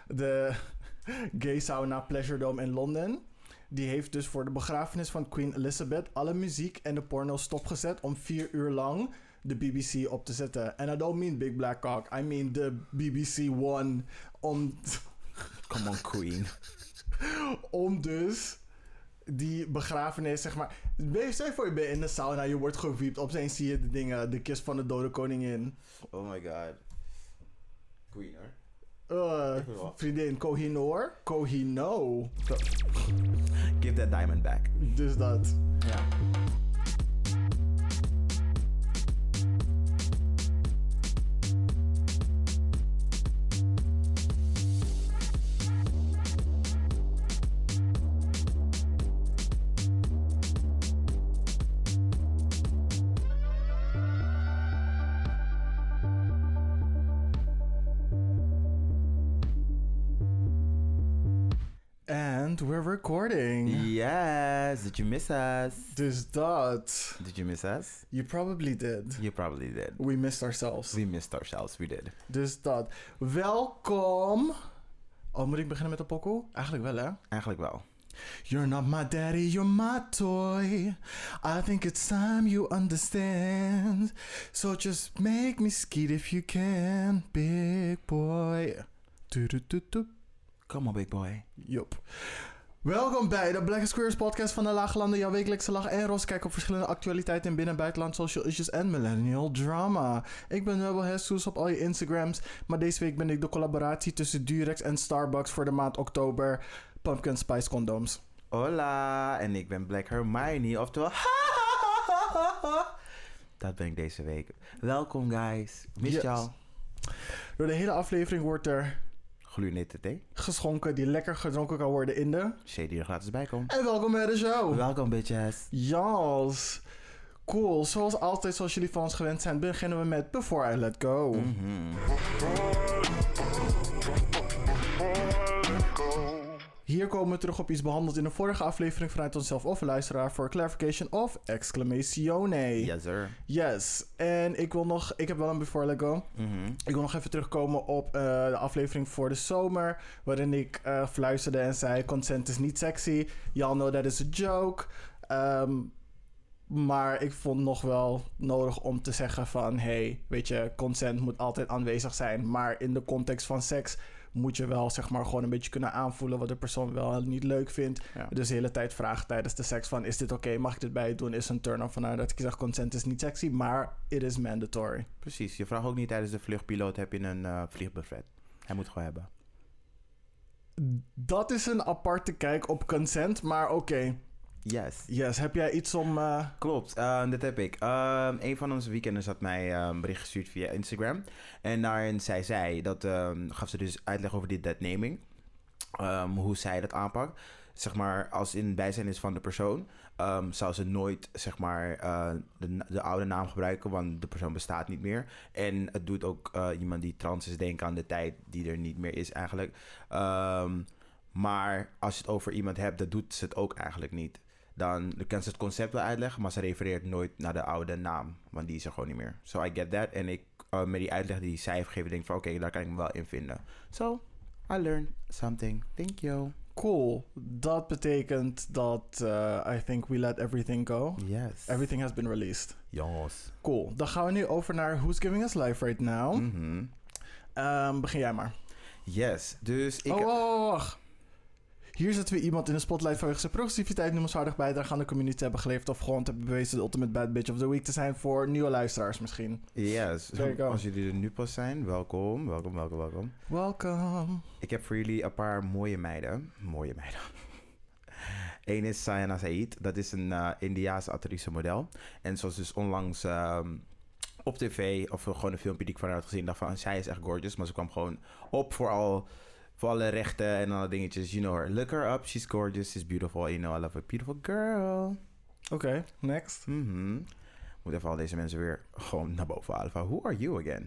de gay sauna Pleasure Dome in Londen. Die heeft dus voor de begrafenis van Queen Elizabeth alle muziek en de porno stopgezet om 4 uur lang de BBC op te zetten. And I don't mean Big Black Cock, I mean the BBC One. Come on, Queen. Om dus die begrafenis, zeg maar. Stel je voor, je bent in de sauna, je wordt gewiept. Opeens zie je de dingen, de kist van de dode koningin. Oh my god. Queen, hoor. Vriendin, Kohinoor? Kohino. Give that diamond back. Dus dat. Ja. And we're recording. Yes. Did you miss us? Dus dat. Did you miss us? You probably did. You probably did. We missed ourselves. We missed ourselves. We did. Dus dat. Welkom. Oh, moet ik beginnen met de pokoe? Eigenlijk wel, hè? Eigenlijk wel. You're not my daddy, you're my toy. I think it's time you understand. So just make me skeet if you can, big boy. Doe. Come on, big boy. Yup. Welkom bij de Black Squares podcast van de Lage Landen. Jouw wekelijkse lach en roze kijk op verschillende actualiteiten in binnen- en buitenland, social issues en millennial drama. Ik ben Rebel Jesus op al je Instagrams. Maar deze week ben ik de collaboratie tussen Durex en Starbucks voor de maand oktober. Pumpkin Spice condooms. Hola. En ik ben Black Hermione, oftewel... Dat ben ik deze week. Welkom, guys. Mis jou. Door de hele aflevering wordt er Gloeiende thee. geschonken die lekker gedronken kan worden in de... Shady die er gratis bij komt. En welkom bij de show. Welkom, bitches. Yes. Cool. Zoals altijd, zoals jullie van ons gewend zijn, beginnen we met Before I Let Go. Hier komen we terug op iets behandeld in de vorige aflevering vanuit onszelf of een luisteraar voor clarification of exclamatione. Yes, sir. Yes. En ik heb wel een Before I Let Go. Ik wil nog even terugkomen op de aflevering voor de zomer, waarin ik fluisterde en zei: consent is niet sexy. Y'all know that is a joke. Maar ik vond nog wel nodig om te zeggen van... hey, weet je, consent moet altijd aanwezig zijn. Maar in de context van seks moet je wel, zeg maar, gewoon een beetje kunnen aanvoelen wat de persoon wel niet leuk vindt. Ja. Dus de hele tijd vragen tijdens de seks van... is dit oké? Mag ik dit bij je doen? Is een turn-off vanuit dat ik zeg consent is niet sexy, maar it is mandatory. Precies. Je vraagt ook niet tijdens de vluchtpiloot: heb je een vliegbuffet? Hij moet gewoon hebben. Dat is een aparte kijk op consent, maar oké. Yes, heb jij iets om... Klopt, dat heb ik. Een van onze weekenders had mij een bericht gestuurd via Instagram. En daarin zei zij, gaf ze dus uitleg over die deadnaming. Hoe zij dat aanpakt. Zeg maar, als in bijzijn is van de persoon, zou ze nooit, zeg maar, de oude naam gebruiken, want de persoon bestaat niet meer. En het doet ook iemand die trans is denken aan de tijd die er niet meer is eigenlijk. Maar als je het over iemand hebt, dan doet ze het ook eigenlijk niet. Dan kan ze het concept wel uitleggen, maar ze refereert nooit naar de oude naam. Want die is er gewoon niet meer. So I get that. En ik, met die uitleg die zij heeft gegeven, denk ik van oké, daar kan ik me wel in vinden. So, I learned something. Thank you. Cool. Dat betekent dat I think we let everything go. Yes. Everything has been released. Yes. Cool. Dan gaan we nu over naar Who's Giving Us Life Right Now. Begin jij maar. Yes. Dus ik... wacht. Hier zetten we iemand in de spotlight vanwege zijn progressiviteit, noemenswaardig bijdrage aan de community hebben geleverd of gewoon te hebben bewezen de ultimate bad bitch of the week te zijn voor nieuwe luisteraars misschien. Yes. Als jullie er nu pas zijn, welkom. Welkom. Ik heb voor jullie een paar mooie meiden. Eén is Sayana Said. Dat is een Indiaanse actrice model. En zoals dus onlangs op tv, of gewoon een filmpje die ik van haar had gezien, dacht van, zij is echt gorgeous. Maar ze kwam gewoon op voor alle rechten en alle dingetjes. You know her. Look her up. She's gorgeous. She's beautiful. You know I love a beautiful girl. Oké, next. Moet even al deze mensen weer gewoon naar boven halen. Who are you again?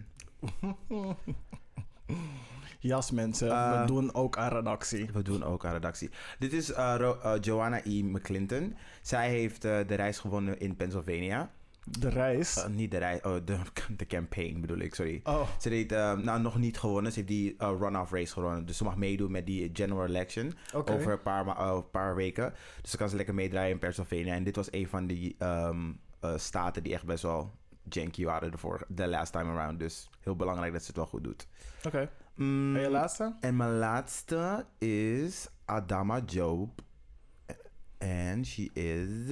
Jas mensen, we doen ook aan redactie. Dit is Joanna E. McClinton. Zij heeft de reis gewonnen in Pennsylvania. De reis? Niet de reis, de campaign bedoel ik, sorry. Oh. Ze deed nog niet gewonnen. Ze heeft die runoff race gewonnen. Dus ze mag meedoen met die general election over een paar weken. Dus dan kan ze lekker meedraaien in Pennsylvania. En dit was een van die staten die echt best wel janky waren de last time around. Dus heel belangrijk dat ze het wel goed doet. Oké. En je laatste? En mijn laatste is Adama Job. En she is...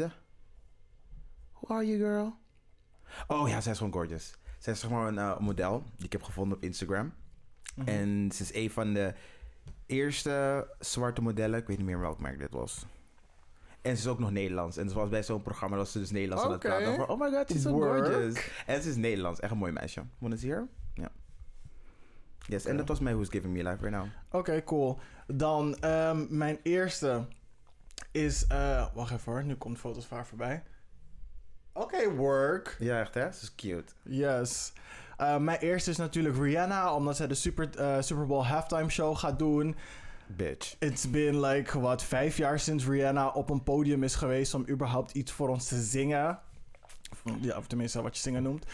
Who are you, girl? Oh ja, zij is gewoon gorgeous. Zij is zeg maar een model die ik heb gevonden op Instagram. Mm-hmm. En ze is een van de eerste zwarte modellen. Ik weet niet meer welk merk dit was. En ze is ook nog Nederlands. En ze was bij zo'n programma dat ze dus Nederlands aan het praten over. Oh my god, she's so gorgeous. En ze is Nederlands. Echt een mooi meisje. Wanna see her? Ja. Yes, en dat was mij Who's Giving Me Life Right Now. Oké, cool. Dan mijn eerste is... wacht even hoor, nu komt foto's van haar voorbij. Oké, work. Ja, echt hè? Ze is cute. Yes. Mijn eerste is natuurlijk Rihanna, omdat zij de Super Bowl halftime show gaat doen. Bitch. It's been like, 5 jaar sinds Rihanna op een podium is geweest om überhaupt iets voor ons te zingen. Ja, of tenminste wat je zingen noemt.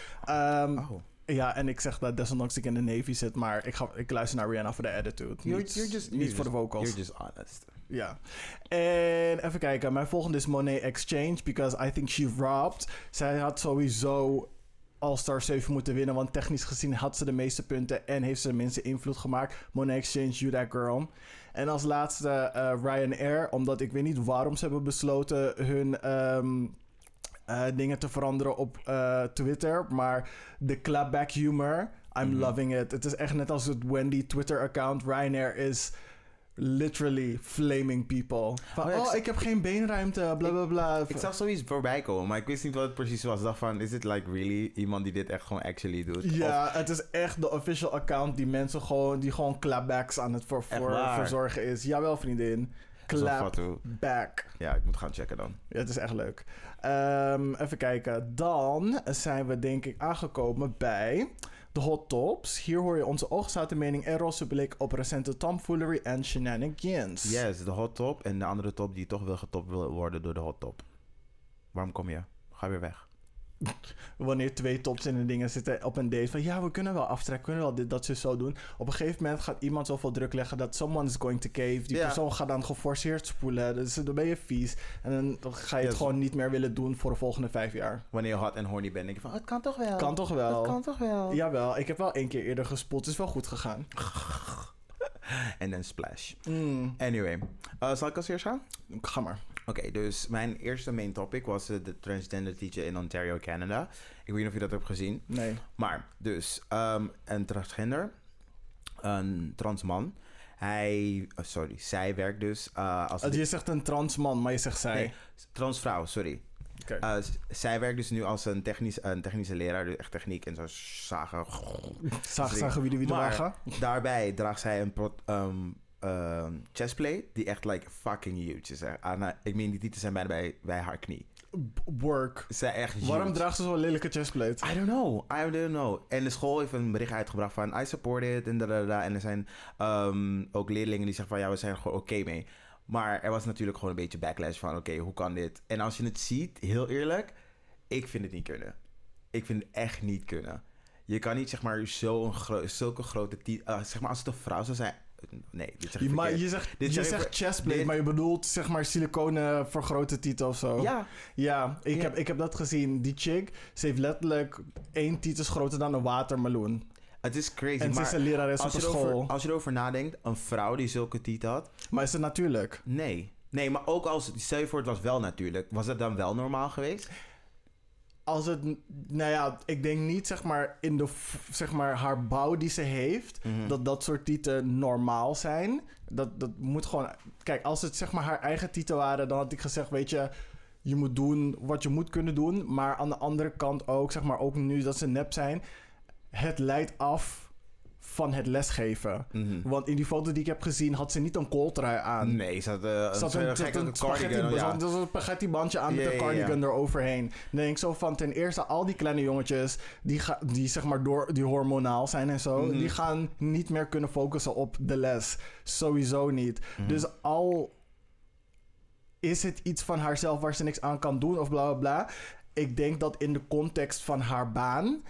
Ja, en ik zeg dat desondanks ik in de Navy zit, maar ik luister naar Rihanna voor de attitude. Niet voor de vocals. You're just honest. Ja. En even kijken. Mijn volgende is Monet Exchange. Because I think she robbed. Zij had sowieso All-Star 7 moeten winnen. Want technisch gezien had ze de meeste punten. En heeft ze de minste invloed gemaakt. Monet Exchange, you that girl. En als laatste Ryanair. Omdat ik weet niet waarom ze hebben besloten hun... dingen te veranderen op Twitter. Maar de clapback humor, I'm loving it. Het is echt net als het Wendy Twitter-account. Ryanair is literally flaming people. Van, ik heb geen beenruimte, bla bla bla. Ik zag zoiets voorbij komen, maar ik wist niet wat het precies was. Ik dacht van, is it like really iemand die dit echt gewoon actually doet? Ja, het is echt de official account die mensen gewoon clapbacks aan het verzorgen is. Jawel, vriendin. Clapback. Ja, ik moet gaan checken dan. Ja, het is echt leuk. Even kijken. Dan zijn we denk ik aangekomen bij de hot tops. Hier hoor je onze ooggezouten mening en rosse blik op recente tomfoolery en shenanigans. Yes, de hot top en de andere top die toch wel getopt wil worden door de hot top. Waarom kom je? Ga weer weg. Wanneer 2 tops in de dingen zitten op een date van ja, we kunnen wel aftrekken, kunnen wel dit, dat ze zo doen. Op een gegeven moment gaat iemand zoveel druk leggen dat someone is going to cave. Die persoon gaat dan geforceerd spoelen. Dus dan ben je vies. En dan ga je het gewoon niet meer willen doen voor de volgende 5 jaar. Wanneer je hot en horny bent, denk je van, het kan toch wel. Kan toch wel. Het kan toch wel. Jawel, ik heb wel 1 keer eerder gespoeld. Het is wel goed gegaan. En dan splash. Anyway, zal ik als eerst gaan? Ga maar. Oké, dus mijn eerste main topic was de transgender teacher in Ontario, Canada. Ik weet niet of je dat hebt gezien. Nee. Maar, dus, een transgender, een transman. Zij werkt dus als... Je zegt een transman, maar je zegt zij. Nee, transvrouw, sorry. Okay. Zij werkt dus nu als een technische leraar, dus echt techniek en zo zagen. Zagen wie de wagen. Daarbij draagt zij een chestplate die echt like fucking huge is. Ik meen, die tieten zijn bijna bij haar knie. Work. Zij echt huge. Waarom draagt ze zo'n lelijke chestplate? I don't know. En de school heeft een bericht uitgebracht van I support it en da. En er zijn ook leerlingen die zeggen van ja, we zijn er gewoon oké mee. Maar er was natuurlijk gewoon een beetje backlash van oké, hoe kan dit? En als je het ziet, heel eerlijk, ik vind het niet kunnen. Ik vind het echt niet kunnen. Je kan niet zeg maar zulke grote zeg maar als het een vrouw zou zijn. Nee, dit zeg ik maar je zegt chestplate, maar je bedoelt zeg maar siliconen vergrote titel of zo. Ja, ik heb dat gezien. Die chick, ze heeft letterlijk 1 titel groter dan een watermeloen. Het is crazy. En maar ze is een lerares op een school. Als je erover nadenkt, een vrouw die zulke titel had... Maar is het natuurlijk? Nee, maar ook als... Stel je voor, het was wel natuurlijk. Was het dan wel normaal geweest? Als het... Nou ja, ik denk niet zeg maar in de... Zeg maar haar bouw die ze heeft... Dat soort titelen normaal zijn. Dat moet gewoon... Kijk, als het zeg maar haar eigen titel waren... Dan had ik gezegd, weet je... Je moet doen wat je moet kunnen doen. Maar aan de andere kant ook... Zeg maar ook nu dat ze nep zijn... Het leidt af van het lesgeven. Want in die foto die ik heb gezien... had ze niet een kooltrui aan. Nee, ze had een spaghetti bandje aan met een cardigan eroverheen. Dan denk ik zo van... Ten eerste, al die kleine jongetjes... die zeg maar die hormonaal zijn en zo... die gaan niet meer kunnen focussen op de les. Sowieso niet. Dus al... is het iets van haarzelf waar ze niks aan kan doen of bla bla bla... ik denk dat in de context van haar baan...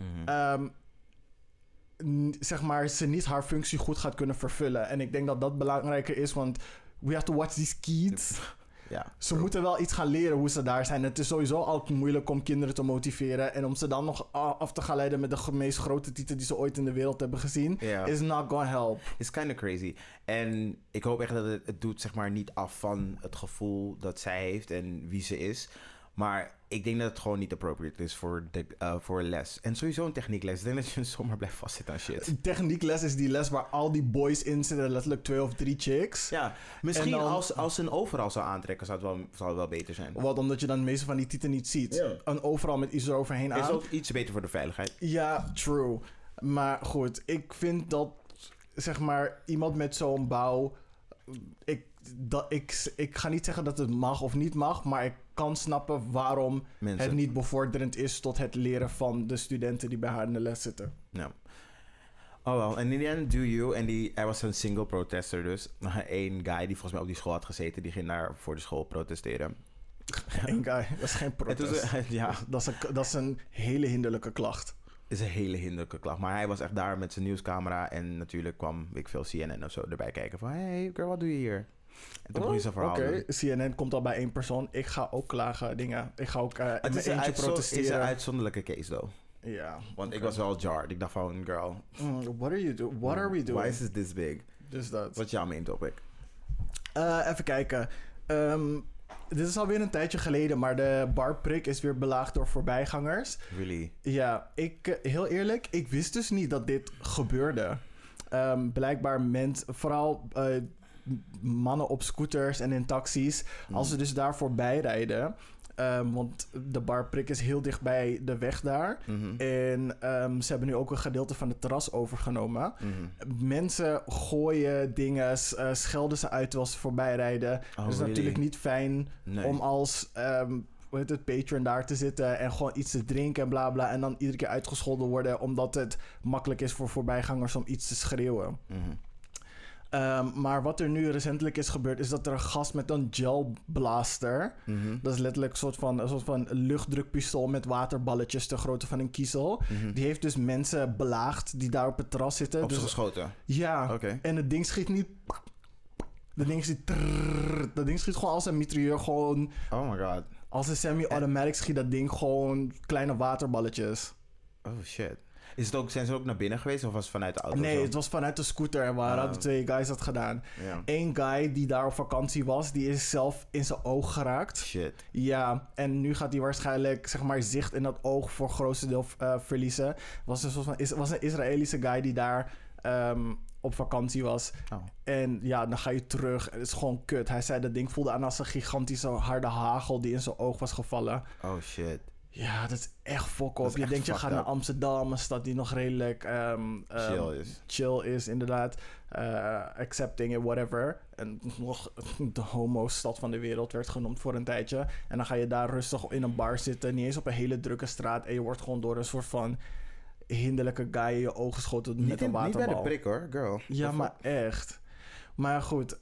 zeg maar, ze niet haar functie goed gaat kunnen vervullen. En ik denk dat dat belangrijker is, want we have to watch these kids. Ja, ze moeten wel iets gaan leren hoe ze daar zijn. Het is sowieso altijd moeilijk om kinderen te motiveren. En om ze dan nog af te gaan leiden met de meest grote titel die ze ooit in de wereld hebben gezien, is not gonna help. It's kind of crazy. En ik hoop echt dat het doet zeg maar niet af van het gevoel dat zij heeft en wie ze is. Maar ik denk dat het gewoon niet appropriate is voor les. En sowieso een techniekles. Ik denk dat je zomaar blijft vastzitten aan shit. Techniekles is die les waar al die boys in zitten. Letterlijk 2 of 3 chicks. Ja, misschien dan, als ze een overal zou aantrekken, zou het wel beter zijn. Wat, omdat je dan de meeste van die titel niet ziet. Yeah. Een overal met iets eroverheen aan. Is ook iets beter voor de veiligheid. Ja, true. Maar goed, ik vind dat, zeg maar, iemand met zo'n bouw... Ik ga niet zeggen dat het mag of niet mag, maar ik kan snappen waarom het niet bevorderend is tot het leren van de studenten die bij haar in de les zitten. Ja. Oh wel, en in the end, do you. En hij was een single protester dus. Eén guy die volgens mij op die school had gezeten, die ging daar voor de school protesteren. Eén guy, dat is geen protest. Ja. Dat is een hele hinderlijke klacht. Is een hele hinderlijke klacht. Maar hij was echt daar met zijn nieuwscamera. En natuurlijk kwam, ik veel, CNN of zo erbij kijken van... Hey girl, wat doe je hier? En toen begon hij zijn verhaal doen. CNN komt al bij 1 persoon. Ik ga ook klagen, dingen. Ik ga ook in mijn eentje protesteren. Het is een uitzonderlijke case, though. Ja. Want ik was wel jarred. Ik dacht van, girl... what are you doing? What are we doing? Why is it this big? Dus dat. Wat is jouw main topic? Even kijken. Dit is alweer een tijdje geleden, maar de barprik is weer belaagd door voorbijgangers. Really? Ja, heel eerlijk, ik wist dus niet dat dit gebeurde. Blijkbaar vooral mannen op scooters en in taxis, als ze dus daar voorbij rijden... want de barprik is heel dicht bij de weg daar. En ze hebben nu ook een gedeelte van het terras overgenomen. Mensen gooien dingen, schelden ze uit terwijl ze voorbij rijden. Dus het is natuurlijk niet fijn om als patron daar te zitten en gewoon iets te drinken en bla bla. En dan iedere keer uitgescholden worden omdat het makkelijk is voor voorbijgangers om iets te schreeuwen. Maar wat er nu recentelijk is gebeurd, is dat er een gast met een gelblaster... Dat is letterlijk een soort van luchtdrukpistool met waterballetjes ter grootte van een kiezel. Die heeft dus mensen belaagd die daar op het terras zitten. Op ze geschoten? Ja, en het ding schiet niet... Dat ding schiet gewoon als een mitrailleur gewoon... Oh my god. Als een semi-automatic schiet dat ding gewoon kleine waterballetjes. Oh shit. Zijn ze ook naar binnen geweest of was het vanuit de auto? Nee, het was vanuit de scooter en waar hadden 2 guys dat gedaan. Eén guy die daar op vakantie was, die is zelf in zijn oog geraakt. Shit. Ja, en nu gaat hij waarschijnlijk, zeg maar, zicht in dat oog voor het grootste deel verliezen. Was een Israëlische guy die daar op vakantie was. En ja, dan ga je terug. Het is gewoon kut. Hij zei dat ding voelde aan als een gigantische harde hagel die in zijn oog was gevallen. Oh shit. Ja, dat is echt fok op. Je denkt, je gaat naar Amsterdam, een stad die nog redelijk chill is, inderdaad. Accepting it, whatever. En nog de homo-stad van de wereld werd genoemd voor een tijdje. En dan ga je daar rustig in een bar zitten, niet eens op een hele drukke straat. En je wordt gewoon door een soort van hinderlijke guy in je ogen geschoten met een waterbal. Niet bij de prik hoor, girl. Ja, maar echt. Maar goed,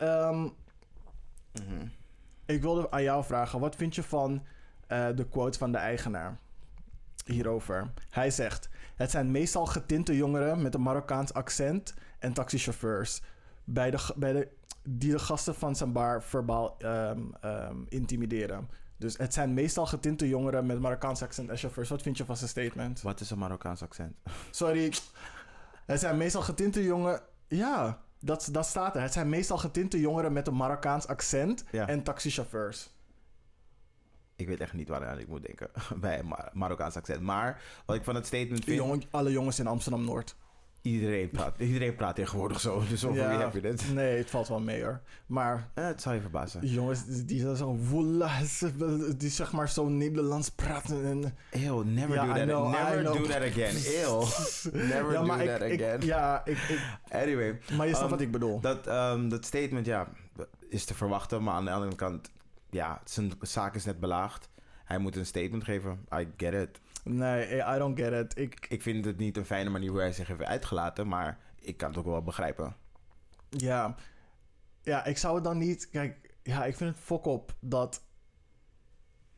ik wilde aan jou vragen, wat vind je van de quote van de eigenaar hierover? Hij zegt: het zijn meestal getinte jongeren met een Marokkaans accent en taxichauffeurs die de gasten van zijn bar verbaal intimideren. Dus het zijn meestal getinte jongeren met Marokkaans accent en chauffeurs. Wat vind je van zijn statement? Wat is een Marokkaans accent? Sorry. Het zijn meestal getinte jongeren... Ja, dat staat er. Het zijn meestal getinte jongeren met een Marokkaans accent en taxichauffeurs. Ik weet echt niet waar ik moet denken bij een Marokkaans accent. Maar wat ik van het statement vind... alle jongens in Amsterdam-Noord. Iedereen praat tegenwoordig zo. Dus over wie heb je dit? Nee, het valt wel mee hoor. Maar... het zal je verbazen. Jongens die zijn zo... Die zeg maar zo Nederlands praten. En... Ew, never do that. Never do that again. Ew. Never do that again. Anyway. Maar je snapt wat ik bedoel. Dat statement, is te verwachten. Maar aan de andere kant... Ja, zijn zaak is net belaagd. Hij moet een statement geven. I get it. Nee, I don't get it. Ik vind het niet een fijne manier hoe hij zich heeft uitgelaten, maar ik kan het ook wel begrijpen. Ja, ik zou het dan niet... Kijk, ik vind het fok op dat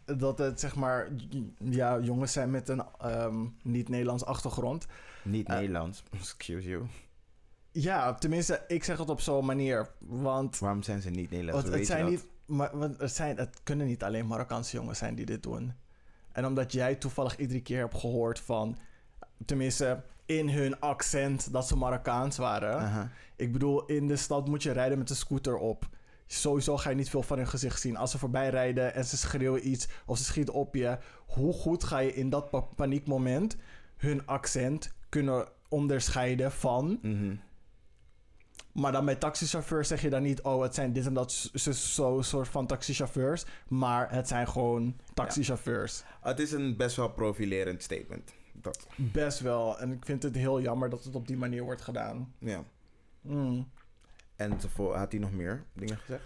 dat het zeg maar ja, jongens zijn met een niet-Nederlands achtergrond. Niet Nederlands, excuse you. Ja, tenminste, ik zeg het op zo'n manier. Want Waarom zijn ze niet Nederlands? het zijn niet, want het kunnen niet alleen Marokkaanse jongens zijn die dit doen. En omdat jij toevallig iedere keer hebt gehoord van, tenminste in hun accent, dat ze Marokkaans waren. Ik bedoel, in de stad moet je rijden met een scooter op. Sowieso ga je niet veel van hun gezicht zien. Als ze voorbij rijden en ze schreeuwen iets of ze schieten op je, hoe goed ga je in dat paniekmoment hun accent kunnen onderscheiden van... Maar dan bij taxichauffeurs zeg je dan niet... oh, het zijn dit en dat zo'n soort van taxichauffeurs. Maar het zijn gewoon taxichauffeurs. Ja. Het is een best wel profilerend statement. Dat. Best wel. En ik vind het heel jammer dat het op die manier wordt gedaan. Ja. En had hij nog meer dingen gezegd?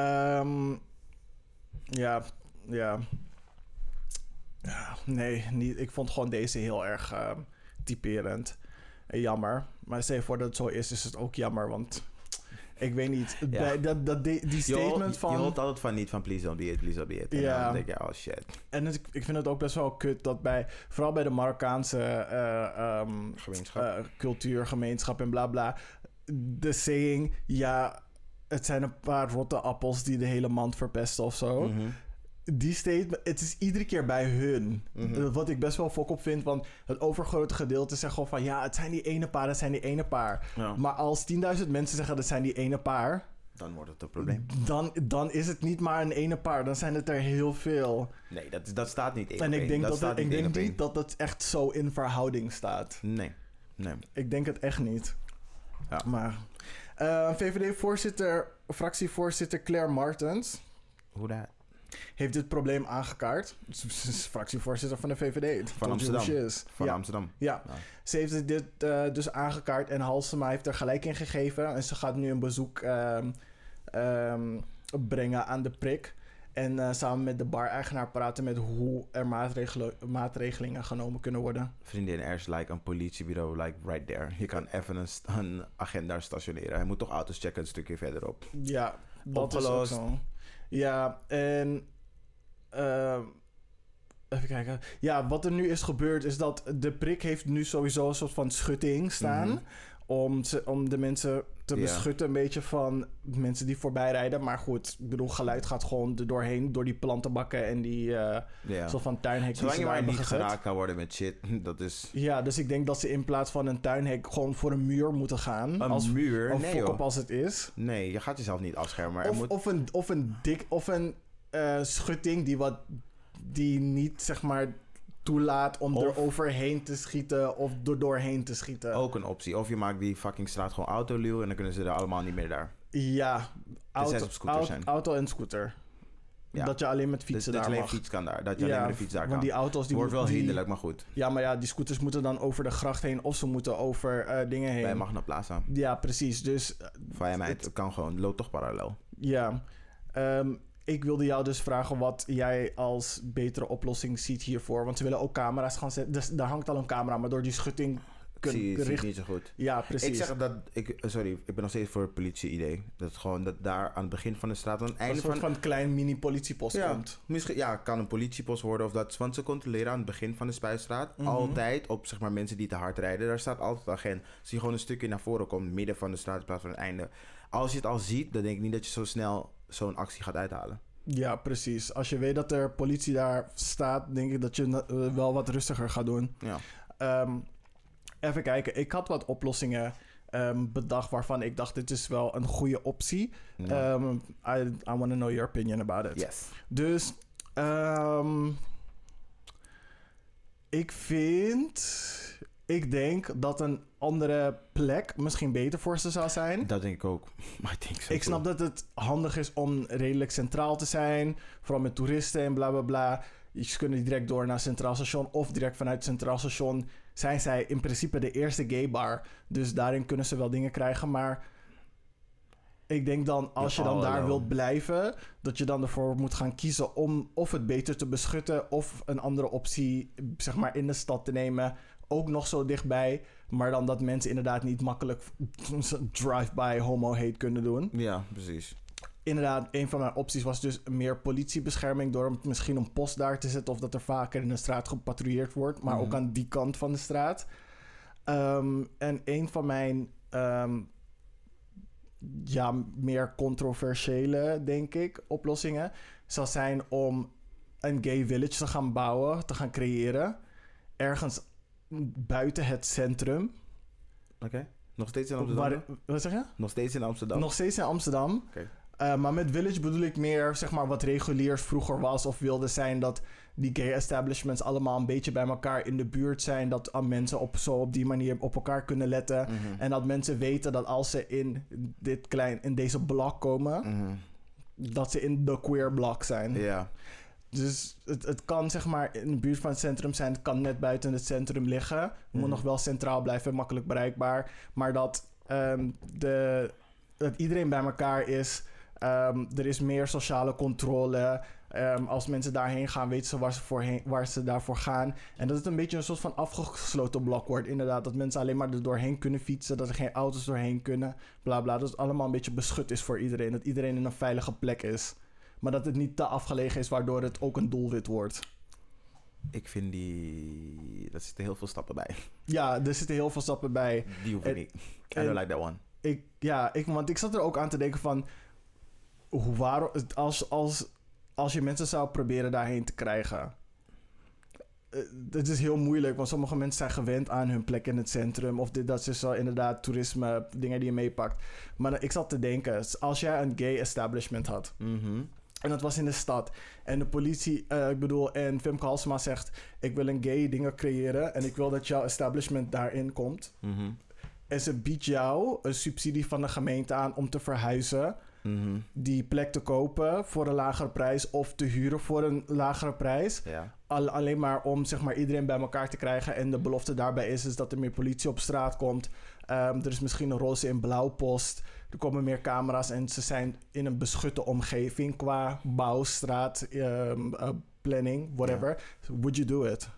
Nee, niet. Ik vond gewoon deze heel erg typerend. Jammer. Maar stel je voor dat het zo is het ook jammer. Want ik weet niet. Ja. Die statement van... Je hoort altijd van niet van please don't be it, please don't be it. En dan denk je, oh shit. En ik vind het ook best wel kut dat vooral bij de Marokkaanse cultuurgemeenschap en bla bla, de saying, ja, het zijn een paar rotte appels die de hele mand verpesten of zo. Die statement, het is iedere keer bij hun. Wat ik best wel fok op vind, want het overgrote gedeelte zegt gewoon van, ja, het zijn die ene paar. Ja. Maar als 10.000 mensen zeggen dat zijn die ene paar, dan wordt het een probleem. Dan is het niet maar een ene paar, dan zijn het er heel veel. Nee, dat staat niet één en op ik één. denk niet dat het echt zo in verhouding staat. Nee. Ik denk het echt niet. Ja. Maar VVD-voorzitter, fractievoorzitter Claire Martens. Hoe dat? Heeft dit probleem aangekaart. Ze is fractievoorzitter van de VVD. Van Amsterdam. Amsterdam. Ja. Ze heeft dit dus aangekaart en Halsema heeft er gelijk in gegeven. En ze gaat nu een bezoek brengen aan de prik. En samen met de bar-eigenaar praten met hoe er maatregelingen genomen kunnen worden. Vriendin, er is een politiebureau right there. Je kan even een agent daar stationeren. Hij moet toch auto's checken een stukje verderop. Ja, dat opgelost. Is ook zo. Ja, en... even kijken. Ja, wat er nu is gebeurd is dat de prik heeft nu sowieso een soort van schutting staan. Om de mensen te beschutten een beetje van mensen die voorbij rijden. Maar goed, ik bedoel, geluid gaat gewoon er doorheen. Door die plantenbakken en die soort van tuinhek. Zolang je maar niet geraakt kan worden met shit, dat is... Ja, dus ik denk dat ze in plaats van een tuinhek gewoon voor een muur moeten gaan. Een muur? Of nee, op als het is. Nee, je gaat jezelf niet afschermen. Of een schutting die niet, zeg maar, toelaat om er overheen te schieten of er doorheen te schieten. Ook een optie. Of je maakt die fucking straat gewoon autoluw en dan kunnen ze er allemaal niet meer daar. Ja, auto en scooter. Ja. Dat je alleen met fietsen daar mag. Dat je alleen fiets kan daar. Dat je alleen met de fiets daar kan. Want die auto's... wordt wel hinderlijk, maar goed. Ja, maar ja, die scooters moeten dan over de gracht heen of ze moeten over dingen heen. Bij Magna Plaza. Ja, precies. Dus... Van ja, het kan gewoon. Loopt toch parallel. Ja. Ik wilde jou dus vragen wat jij als betere oplossing ziet hiervoor. Want ze willen ook camera's gaan zetten. Dus daar hangt al een camera, maar door die schutting... Zie het niet zo goed. Ja, precies. Ik zeg dat... ik ben nog steeds voor het politie-idee. Dat daar aan het begin van de straat... Aan het einde een soort van klein mini-politiepost komt. Misschien, kan een politiepost worden of dat... Want ze controleren aan het begin van de Spuistraat... altijd op, zeg maar, mensen die te hard rijden. Daar staat altijd een agent. Als je gewoon een stukje naar voren komt... midden van de straat in plaats van het einde. Als je het al ziet... dan denk ik niet dat je zo snel zo'n actie gaat uithalen. Ja, precies. Als je weet dat er politie daar staat... denk ik dat je wel wat rustiger gaat doen. Ja. Even kijken. Ik had wat oplossingen bedacht... waarvan ik dacht, dit is wel een goede optie. No. I want to know your opinion about it. Yes. Dus... Ik denk dat een andere plek misschien beter voor ze zou zijn. Dat denk ik ook. Ik snap dat het handig is om redelijk centraal te zijn. Vooral met toeristen en bla bla bla. Je kunnen direct door naar Centraal Station. Of direct vanuit Centraal Station zijn zij in principe de eerste gay bar. Dus daarin kunnen ze wel dingen krijgen. Maar ik denk dan, als je dan daar wilt blijven... dat je dan ervoor moet gaan kiezen om of het beter te beschutten... of een andere optie, zeg maar, in de stad te nemen... ook nog zo dichtbij, maar dan dat mensen inderdaad niet makkelijk drive-by homo-hate kunnen doen. Ja, precies. inderdaad, een van mijn opties was dus meer politiebescherming door misschien een post daar te zetten of dat er vaker in de straat gepatrouilleerd wordt, maar ook aan die kant van de straat. En een van mijn meer controversiële, denk ik, oplossingen zal zijn om een gay village te gaan bouwen, te gaan creëren, ergens buiten het centrum. Oké. Nog steeds in Amsterdam? Wat zeg je? Nog steeds in Amsterdam? Nog steeds in Amsterdam. Okay. Maar met village bedoel ik meer, zeg maar, wat reguliers vroeger was of wilde zijn, dat die gay establishments allemaal een beetje bij elkaar in de buurt zijn, dat mensen op die manier op elkaar kunnen letten. En dat mensen weten dat als ze in deze blok komen, dat ze in de queer blok zijn. Ja. Dus het kan, zeg maar, in de buurt van het centrum zijn. Het kan net buiten het centrum liggen. Het moet nog wel centraal blijven, makkelijk bereikbaar. Maar dat iedereen bij elkaar is. Er is meer sociale controle. Als mensen daarheen gaan, weten ze waar ze daarvoor gaan. En dat het een beetje een soort van afgesloten blok wordt. Inderdaad, dat mensen alleen maar er doorheen kunnen fietsen. Dat er geen auto's doorheen kunnen. Bla bla. Dat het allemaal een beetje beschut is voor iedereen. Dat iedereen in een veilige plek is. Maar dat het niet te afgelegen is, waardoor het ook een doelwit wordt. Ik vind daar zitten heel veel stappen bij. Ja, er zitten heel veel stappen bij. Die hoef ik niet. I don't like that one. Want ik zat er ook aan te denken van, waarom, als je mensen zou proberen daarheen te krijgen. Het is heel moeilijk, want sommige mensen zijn gewend aan hun plek in het centrum. Of dat is wel inderdaad toerisme, dingen die je meepakt. Maar ik zat te denken, als jij een gay establishment had, en dat was in de stad, en de politie, en Femke Halsema zegt, ik wil een gay dingen creëren en ik wil dat jouw establishment daarin komt. En ze biedt jou een subsidie van de gemeente aan om te verhuizen, die plek te kopen voor een lagere prijs of te huren voor een lagere prijs. Ja. Alleen maar om, zeg maar, iedereen bij elkaar te krijgen. En de belofte daarbij is dat er meer politie op straat komt. Er is misschien een roze en blauw post. Er komen meer camera's en ze zijn in een beschutte omgeving qua bouwstraat, planning, whatever. Yeah. So would you do it?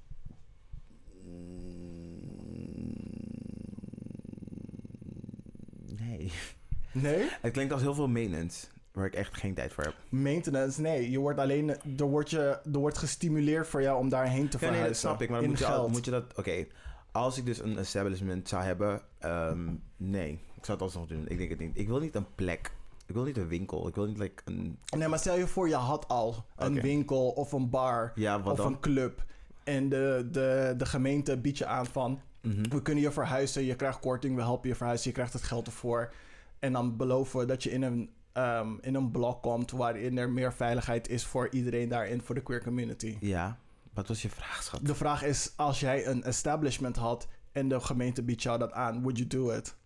Nee. Nee? Het klinkt als heel veel maintenance, waar ik echt geen tijd voor heb. Maintenance? Nee. Je wordt er wordt gestimuleerd voor jou om daarheen te verhuizen. Nee, dat snap ik. Maar dan moet je dat... Oké, als ik dus een establishment zou hebben... nee, ik zou het alsnog doen. Ik denk het niet. Ik wil niet een plek. Ik wil niet een winkel. Ik wil niet een... Nee, maar stel je voor, je had al een winkel of een bar of een club. En de gemeente biedt je aan van... we kunnen je verhuizen, je krijgt korting, we helpen je verhuizen, je krijgt het geld ervoor. En dan beloven we dat je in een blok komt waarin er meer veiligheid is voor iedereen daarin, voor de queer community. Ja, wat was je vraag, schat? De vraag is, als jij een establishment had en de gemeente biedt jou dat aan, would you do it?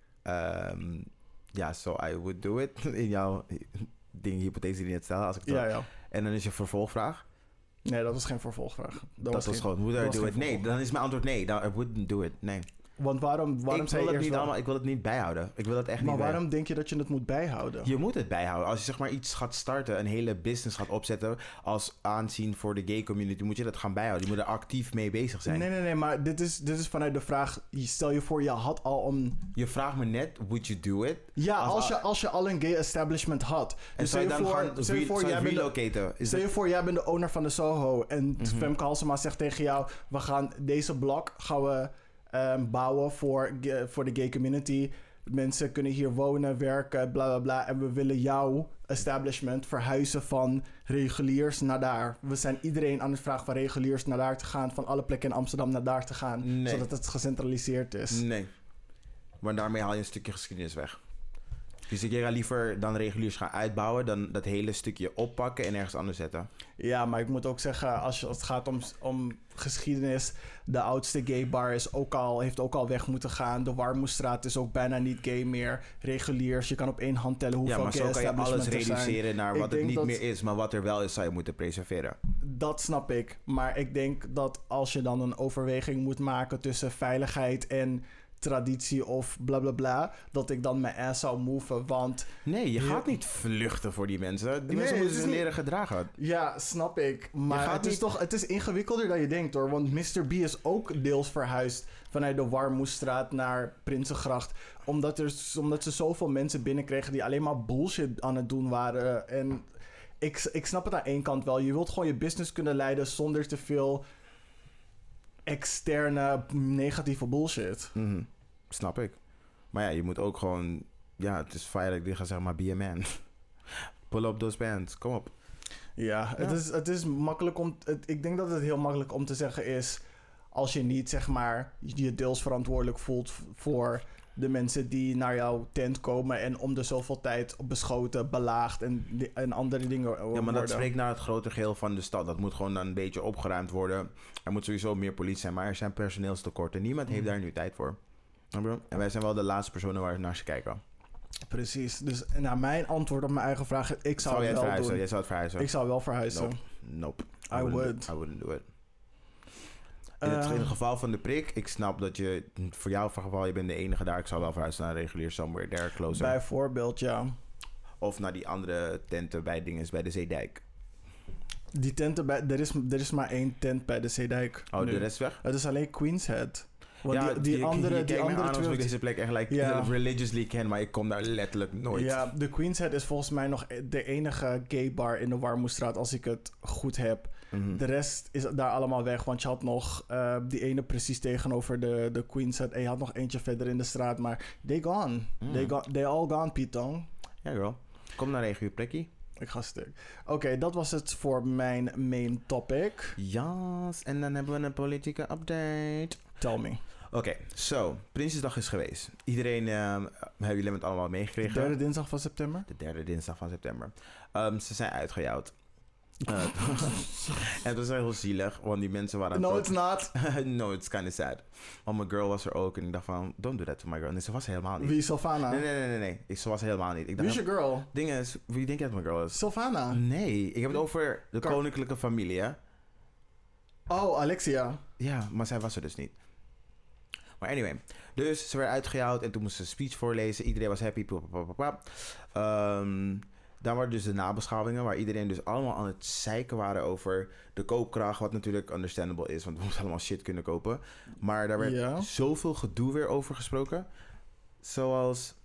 Ja, so I would do it. In jouw hypothese die je net stelde. Als ik ja. En dan is je vervolgvraag? Nee, dat was geen vervolgvraag. Dat was gewoon, would I do it? Nee, dan is mijn antwoord nee. I wouldn't do it, nee. Want waarom zei je eerst wel... Ik wil het niet bijhouden. Ik wil het echt niet bijhouden. Maar waarom denk je dat je het moet bijhouden? Je moet het bijhouden. Als je, zeg maar, iets gaat starten, een hele business gaat opzetten als aanzien voor de gay community, moet je dat gaan bijhouden. Je moet er actief mee bezig zijn. Nee, maar dit is vanuit de vraag, stel je voor, je had al een... Je vraagt me net, would you do it? Ja, als je al een gay establishment had. En zou je dan relocaten? Stel je voor, jij bent de owner van de Soho en Femke Halsema zegt tegen jou, we gaan deze blok bouwen voor de gay community. Mensen kunnen hier wonen, werken, bla bla bla. En we willen jouw establishment verhuizen van reguliers naar daar. We zijn iedereen aan het vragen van reguliers naar daar te gaan. Van alle plekken in Amsterdam naar daar te gaan. Nee. Zodat het gecentraliseerd is. Nee. Maar daarmee haal je een stukje geschiedenis weg. Dus ik ga liever dan reguliers gaan uitbouwen, dan dat hele stukje oppakken en ergens anders zetten. Ja, maar ik moet ook zeggen, als het gaat om geschiedenis, de oudste gay bar heeft ook al weg moeten gaan. De Warmoestraat is ook bijna niet gay meer. Reguliers, je kan op één hand tellen hoeveel gay establishments er zijn. Ja, maar zo kan je alles reduceren naar wat het niet meer is, maar wat er wel is, zou je moeten preserveren. Dat snap ik, maar ik denk dat als je dan een overweging moet maken tussen veiligheid en traditie of bla bla bla, dat ik dan mijn ass zou moven, want... Nee, je gaat niet vluchten voor die mensen. Die mensen moeten zich leren gedragen. Ja, snap ik. Maar het is ingewikkelder dan je denkt, hoor. Want Mr. B is ook deels verhuisd vanuit de Warmoestraat naar Prinsengracht. Omdat ze zoveel mensen binnenkregen die alleen maar bullshit aan het doen waren. En ik snap het aan één kant wel. Je wilt gewoon je business kunnen leiden zonder te veel externe negatieve bullshit. Mm-hmm. Snap ik. Maar ja, je moet ook gewoon... Ja, het is feitelijk, die gaan zeg maar, be a man. Pull up those pants, kom op. Ja, het is makkelijk om... ik denk dat het heel makkelijk om te zeggen is... als je niet, zeg maar, je deels verantwoordelijk voelt voor de mensen die naar jouw tent komen en om de zoveel tijd beschoten, belaagd en andere dingen Ja, maar dat spreekt naar het grote geheel van de stad. Dat moet gewoon dan een beetje opgeruimd worden. Er moet sowieso meer politie zijn, maar er zijn personeelstekorten. Niemand heeft daar nu tijd voor. En wij zijn wel de laatste personen waar we naar ze kijken. Precies. Dus naar mijn antwoord op mijn eigen vraag, ik zou het wel doen. Jij zou het verhuizen? Ik zou wel verhuizen. Nope. I wouldn't do it. In het geval van de prik, ik snap dat je... Voor jouw geval, je bent de enige daar. Ik zou wel verhuizen naar een regulier somewhere there closer. Bijvoorbeeld, ja. Of naar die andere tenten bij de Zeedijk. Die tenten er is maar één tent bij de Zeedijk. Oh, nu. De rest weg? Het is alleen Queen's Head. Want ja, die andere alsof ik deze plek echt religiously ken, maar ik kom daar letterlijk nooit. Ja, de Queen's Head is volgens mij nog de enige gay bar in de Warmoestraat, als ik het goed heb. Mm-hmm. De rest is daar allemaal weg, want je had nog die ene precies tegenover de Queen's Head en je had nog eentje verder in de straat, maar they gone. They all gone, Pietong. Ja, girl. Kom naar een goede plekje. Ik ga stuk. Oké, dat was het voor mijn main topic. Yes, en dan hebben we een politieke update. Tell me. Oké, Prinsjesdag is geweest. Iedereen, hebben jullie het allemaal meegekregen? De derde dinsdag van september? De derde dinsdag van september. Ze zijn uitgejouwd. En het was heel zielig, want die mensen waren... No, it's not. No, it's kind of sad. Want mijn girl was er ook en ik dacht van, don't do that to my girl. En ze was helemaal niet. Wie is Sylvana? Nee. Ze was helemaal niet. Wie is je girl? Ding is, wie denk je dat mijn girl is? Sylvana? Nee, ik heb het over de koninklijke familie, hè? Oh, Alexia. Ja, maar zij was er dus niet. Maar anyway, dus ze werd uitgejouwd en toen moest ze een speech voorlezen. Iedereen was happy. Dan waren dus de nabeschouwingen, waar iedereen dus allemaal aan het zeiken waren over de koopkracht, wat natuurlijk understandable is, want we moeten allemaal shit kunnen kopen. Maar daar werd zoveel gedoe weer over gesproken. Zoals,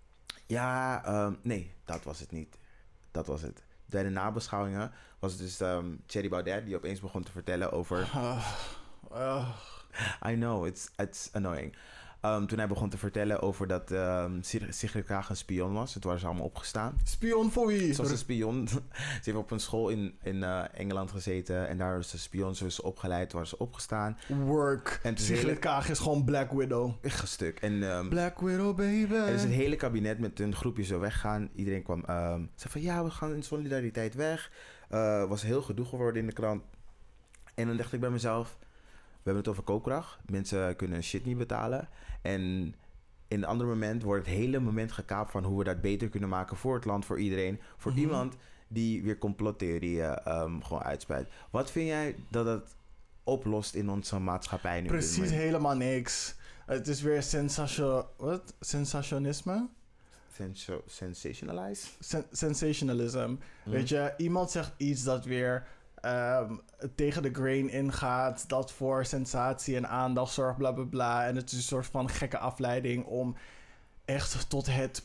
nee, dat was het niet. Dat was het. Bij de nabeschouwingen was het dus Thierry Baudet die opeens begon te vertellen over... I know, it's annoying. Toen hij begon te vertellen over dat Sigrid Kaag een spion was. Het waren ze allemaal opgestaan. Spion voor wie? Ze was een spion. Ze heeft op een school in Engeland gezeten. En daar was ze spion. Ze was opgeleid. Toen was ze opgestaan. Work. En Sigrid Kaag is gewoon Black Widow. Echt een stuk. En, Black Widow, baby. En dus het hele kabinet met een groepje zo weggaan. Iedereen kwam... zei van ja, we gaan in solidariteit weg. Was heel gedoe geworden in de krant. En dan dacht ik bij mezelf... We hebben het over koopkracht. Mensen kunnen shit niet betalen. En in een ander moment wordt het hele moment gekaapt van hoe we dat beter kunnen maken voor het land, voor iedereen. Voor iemand die weer complottheorieën gewoon uitspreidt. Wat vind jij dat het oplost in onze maatschappij nu? Precies helemaal niks. Het is weer sensationisme? Sensationalize? Sensationalism. Weet je, iemand zegt iets dat weer... tegen de grain ingaat, dat voor sensatie en aandacht zorgt, bla bla bla. En het is een soort van gekke afleiding om echt tot het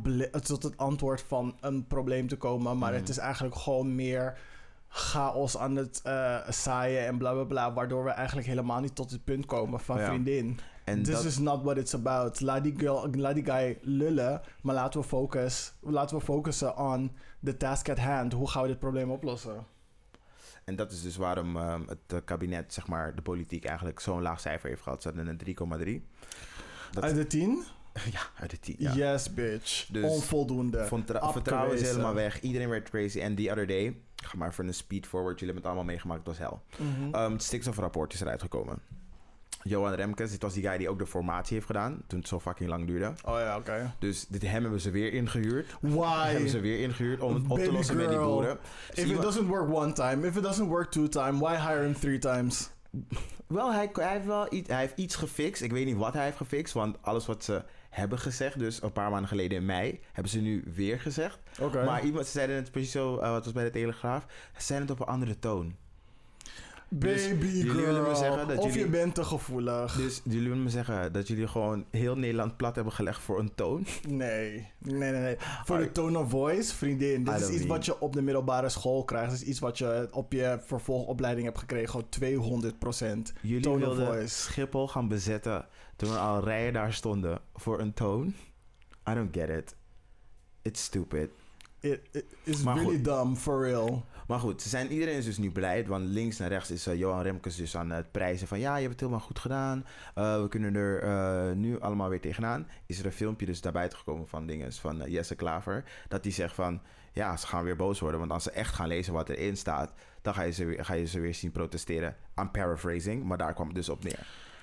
antwoord van een probleem te komen. Maar het is eigenlijk gewoon meer chaos aan het zaaien en bla bla bla, waardoor we eigenlijk helemaal niet tot het punt komen van vriendin. This is not what it's about. Laat die guy lullen, maar laten we focussen on the task at hand. Hoe gaan we dit probleem oplossen? En dat is dus waarom het kabinet, zeg maar, de politiek eigenlijk zo'n laag cijfer heeft gehad. Ze hadden een 3,3. Uit de 10? Ja, uit de 10, ja. Yes, bitch. Dus onvoldoende. Vertrouwen is helemaal weg. Iedereen werd crazy. En the other day, ik ga maar voor een speed forward. Jullie hebben het allemaal meegemaakt, het was hel. Het stikstofrapport is eruit gekomen. Johan Remkes, dit was die guy die ook de formatie heeft gedaan. Toen het zo fucking lang duurde. Oh ja, oké. Dus hem hebben ze weer ingehuurd. Why? Hebben ze weer ingehuurd om het op te lossen met die boeren. If it doesn't work one time, if it doesn't work two times, why hire him 3 times? Wel, hij heeft wel iets, hij heeft iets gefixt. Ik weet niet wat hij heeft gefixt, want alles wat ze hebben gezegd, dus een paar maanden geleden in mei, hebben ze nu weer gezegd. Oké. Maar ze zeiden het precies zo, wat was bij de Telegraaf, ze zeiden het op een andere toon. Baby dus jullie willen me zeggen girl, dat of je bent te gevoelig. Dus jullie willen me zeggen dat jullie gewoon heel Nederland plat hebben gelegd voor een toon? Nee. Voor de tone of voice, vriendin. Dit is iets wat je op de middelbare school krijgt. Dit is iets wat je op je vervolgopleiding hebt gekregen. Gewoon 200%. Jullie Tone of wilden voice. Schiphol gaan bezetten toen er al rijen daar stonden voor een toon? I don't get it. It's stupid. It is Maar really goed. dumb, for real. Maar goed, iedereen is dus nu blij. Want links naar rechts is Johan Remkes dus aan het prijzen van... ja, je hebt het helemaal goed gedaan. We kunnen er nu allemaal weer tegenaan. Is er een filmpje dus naar buiten gekomen van dinges van Jesse Klaver. Dat die zegt van... ja, ze gaan weer boos worden. Want als ze echt gaan lezen wat erin staat... dan ga je ze weer zien protesteren. I'm paraphrasing, maar daar kwam het dus op neer.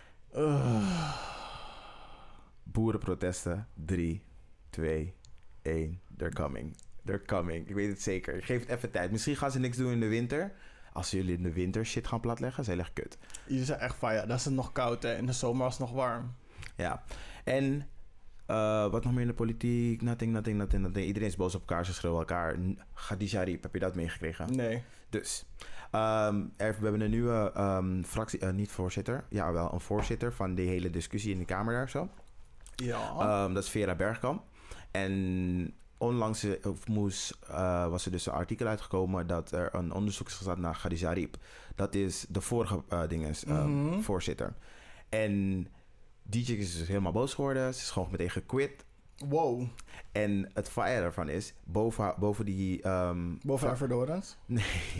Boerenprotesten. 3, 2, 1. They're coming. They're coming. Ik weet het zeker. Geef het even tijd. Misschien gaan ze niks doen in de winter. Als ze jullie in de winter shit gaan platleggen, is heel erg kut. Jullie zijn echt van ja, dat is het nog koud hè. In de zomer was het nog warm. Ja. En wat nog meer in de politiek? Nothing. Iedereen is boos op elkaar. Ze schreeuwen elkaar. Khadija Ariep, heb je dat meegekregen? Nee. Dus, we hebben een nieuwe fractie... niet voorzitter. Ja, wel een voorzitter van die hele discussie in de Kamer daar zo. Ja. Dat is Vera Bergkamp. En onlangs was er dus een artikel uitgekomen dat er een onderzoek is gestart naar Khadija Ariep. Dat is de vorige voorzitter. En die chick is dus helemaal boos geworden. Ze is gewoon meteen gequit. Wow. En het fire ervan is, boven die... Boven haar verdorens? Nee.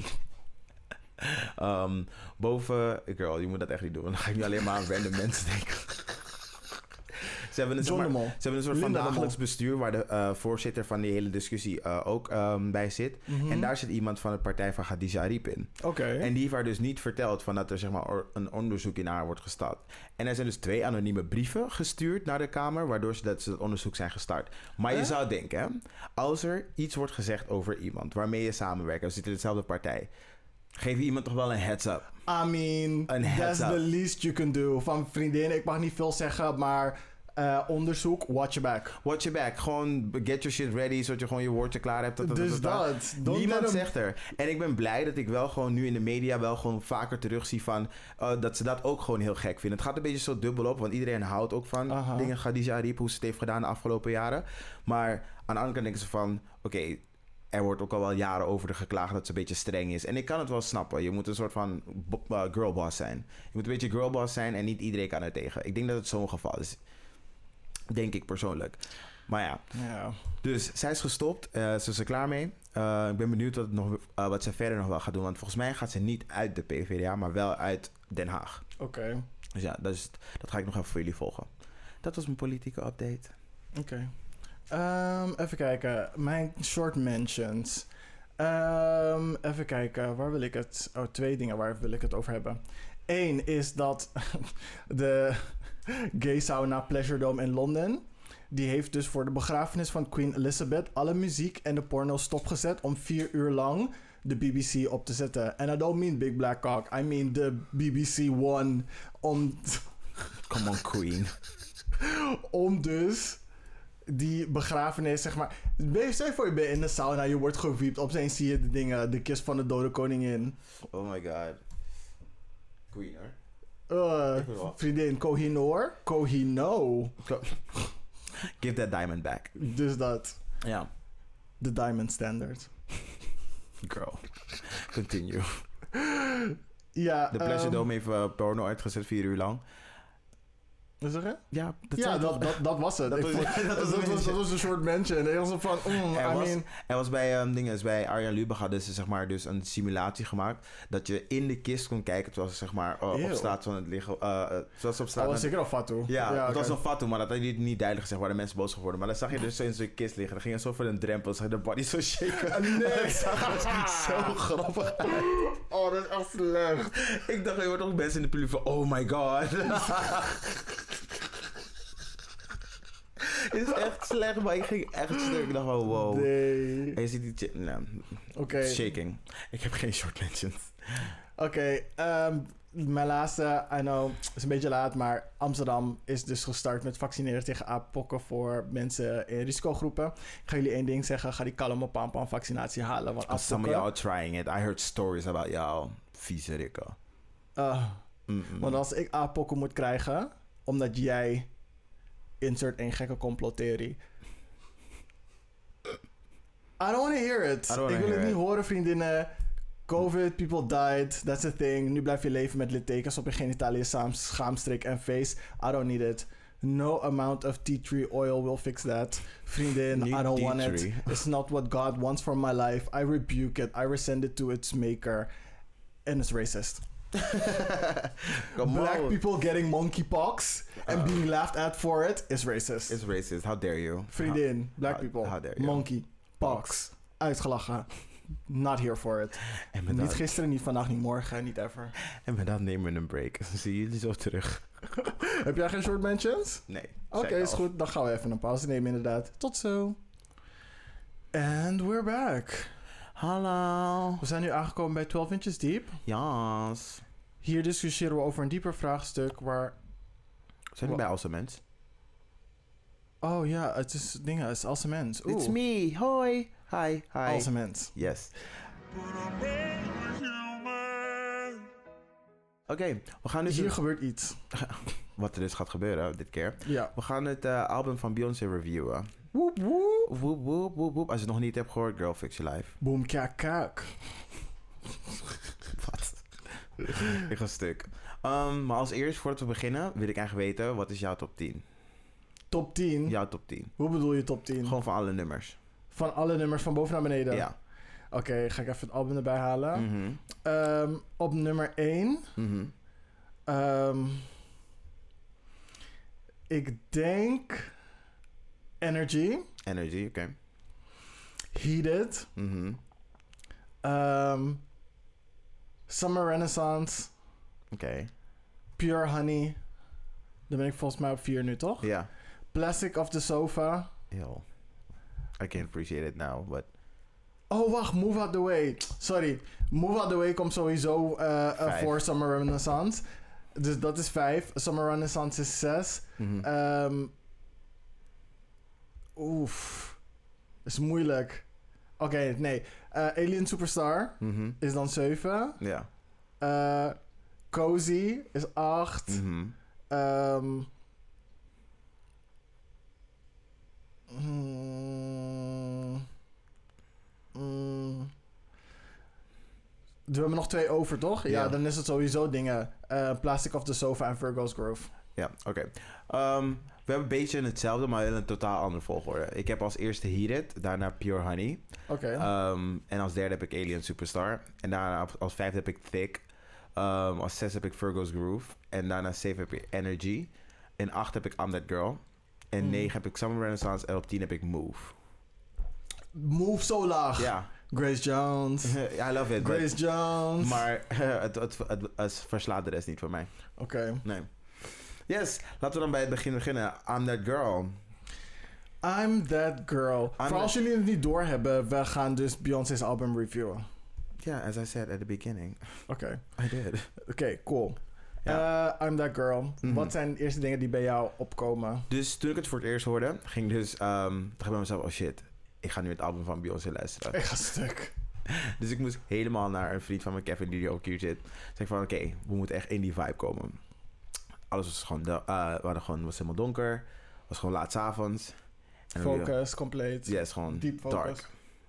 Boven... Girl, je moet dat echt niet doen. Dan ga ik nu alleen maar aan random mensen denken. Ze hebben een soort van dagelijks bestuur... waar de voorzitter van die hele discussie ook bij zit. Mm-hmm. En daar zit iemand van de partij van Khadija Ariep in. Oké. En die heeft haar dus niet verteld... van dat er zeg maar een onderzoek in haar wordt gestart. En er zijn dus 2 anonieme brieven gestuurd naar de Kamer... waardoor ze het onderzoek zijn gestart. Maar je zou denken, hè, als er iets wordt gezegd over iemand... waarmee je samenwerkt, we zitten in dezelfde partij... geef je iemand toch wel een heads up. I mean, that's the least you can do. Van vriendin, ik mag niet veel zeggen, maar... onderzoek, watch your back. Watch your back. Gewoon get your shit ready, zodat je gewoon je woordje klaar hebt. Dus dat. Niemand zegt er. En ik ben blij dat ik wel gewoon nu in de media wel gewoon vaker terugzie van... dat ze dat ook gewoon heel gek vinden. Het gaat een beetje zo dubbel op, want iedereen houdt ook van dingen Khadija Ariep, hoe ze het heeft gedaan de afgelopen jaren. Maar aan de andere kant denken ze van... Oké, er wordt ook al wel jaren over de geklaagd dat ze een beetje streng is. En ik kan het wel snappen. Je moet een soort van girlboss zijn. Je moet een beetje girlboss zijn en niet iedereen kan er tegen. Ik denk dat het zo'n geval is. Denk ik persoonlijk. Maar ja. Dus zij is gestopt. Ze is er klaar mee. Ik ben benieuwd wat ze verder nog wel gaat doen. Want volgens mij gaat ze niet uit de PvdA, maar wel uit Den Haag. Oké. Dus ja, dat ga ik nog even voor jullie volgen. Dat was mijn politieke update. Oké. Even kijken. Mijn short mentions. Even kijken. Waar wil ik het... 2 dingen waar wil ik het over hebben. 1 is dat de gay sauna Pleasure Dome in Londen... die heeft dus voor de begrafenis van Queen Elizabeth... alle muziek en de porno stopgezet om 4 uur lang de BBC op te zetten. And I don't mean Big Black Cock. I mean the BBC One. Come on, Queen. Om dus... die begrafenis, zeg maar... Stel je voor, je bent in de sauna, je wordt gewiept. Opeens zie je de kist van de dode koningin. Oh my god. Queen, hoor. Vriendin, Kohinoor. Give that diamond back. Dus dat. Ja. De diamond standard. Girl. Continue. Ja. De Pleasure Dome heeft porno uitgezet 4 uur lang. Wat zeg je? Ja, dat was het. Dat was een short mention. En ik was van, er was bij Arjan Lubach hadden ze zeg maar dus een simulatie gemaakt dat je in de kist kon kijken terwijl ze zeg maar op straat van het liggen. Zoals op straat. Dat was zeker al fatu. Ja, het was een fatu, maar dat had je niet duidelijk gezegd waar de mensen boos geworden. Maar dan zag je dus zo in zo'n kist liggen. Dan ging er zo voor een drempel, zag je de body zo shaken. Nee, dat zag er zo grappig uit. Oh, dat is echt slecht. Ik dacht, je wordt ook mensen in de publiek van, oh my god. Het is echt slecht, maar ik ging echt stuk. Ik dacht van, wow. Nee. En je ziet die... Oké. Shaking. Ik heb geen short mentions. Oké, mijn laatste, I know, is een beetje laat, maar Amsterdam is dus gestart met vaccineren tegen aappokken voor mensen in risicogroepen. Ik ga jullie één ding zeggen, ga die Kalmapampan vaccinatie halen. Want Some of y'all trying it. I heard stories about y'all vieze rikken. Want als ik aappokken moet krijgen, omdat jij insert een gekke complottheorie. I don't want to hear it. Ik wil het niet horen, vriendinnen. COVID, people died, that's a thing. Nu blijf je leven met littekens op je genitalie, schaamstreek en face. I don't need it. No amount of tea tree oil will fix that. Vriendin, I don't want it. It's not what God wants for my life. I rebuke it. I rescind it to its maker. And it's racist. Black people getting monkeypox and being laughed at for it is racist. It's racist. How dare you? Vriendin, black people. How dare you? Monkeypox. Uitgelachen. Not here for it. Niet gisteren, niet vandaag, niet morgen, niet ever. En met dat nemen we een break. Zie jullie zo terug. Heb jij geen short mentions? Nee. Oké, is goed. Dan gaan we even een pauze nemen inderdaad. Tot zo. And we're back. Hallo. We zijn nu aangekomen bij 12 Inches Deep. Yes. Hier discussiëren we over een dieper vraagstuk waar... Zijn we bij Awesome Mens? Oh ja, het is dingen, het is Awesome Mens. It's me. Hoi. Hi. Awesome Mens. Yes. Oké, we gaan dus... Hier gebeurt iets. Wat er dus gaat gebeuren dit keer. Ja. We gaan het album van Beyoncé reviewen. Woep woep. Woep woep woep woep. Als je het nog niet hebt gehoord, Girl Fix Your Life. Boom kak kak. Wat? Ik ga stuk. Maar als eerst, voordat we beginnen, wil ik eigenlijk weten, wat is jouw top 10? Top 10? Jouw top 10. Hoe bedoel je top 10? Gewoon van alle nummers. Van alle nummers van boven naar beneden? Ja. Oké, ga ik even het album erbij halen. Mhm. Op nummer 1. Mhm. Ik denk... Energy. Energy, oké. Heated. Mhm. Summer Renaissance. Oké. Pure Honey. Dan ben ik volgens mij op 4 nu, toch? Ja. Plastic of the Sofa. Yo. I can't appreciate it now, but... Oh, wacht. Move Out The Way. Sorry. Move Out The Way komt sowieso voor Summer Renaissance. Dus dat is 5. Summer Renaissance is 6. Mhm. Oef. Is moeilijk. Oké, nee. Alien Superstar is dan 7. Ja. Cozy is 8. Mhm. We hebben nog 2 over, toch? Ja, Ja. dan is het sowieso dingen. Plastic of the Sofa en Virgo's Grove. Ja, oké. We hebben een beetje hetzelfde, maar in een totaal andere volgorde. Ik heb als eerste Heated, daarna Pure Honey. Oké. En als derde heb ik Alien Superstar. En daarna als vijfde heb ik Thick. Als 6 heb ik Virgo's Groove. En daarna 7 heb ik Energy. En 8 heb ik I'm That Girl. En 9 heb ik Summer Renaissance. En op 10 heb ik Move. Move zo laag. Ja. Grace Jones. I love it. Grace Jones. Maar het verslaat de rest niet voor mij. Oké. Nee. Yes, laten we dan bij het begin beginnen. I'm That Girl. I'm That Girl. Voor als jullie het niet doorhebben, we gaan dus Beyoncé's album reviewen. Ja, as I said at the beginning. Oké. I did. Oké, cool. Ja. I'm That Girl. Mhm. Wat zijn de eerste dingen die bij jou opkomen? Dus toen ik het voor het eerst hoorde, ging ik dus... dacht ik bij mezelf, oh shit, ik ga nu het album van Beyoncé luisteren. Ik ga stuk. Dus ik moest helemaal naar een vriend van me, Kevin, die ook hier zit. Zeg van, oké, we moeten echt in die vibe komen. Alles was gewoon... was helemaal donker. Was gewoon laat 's avonds. Focus, compleet. Yes, gewoon Deep focus. dark.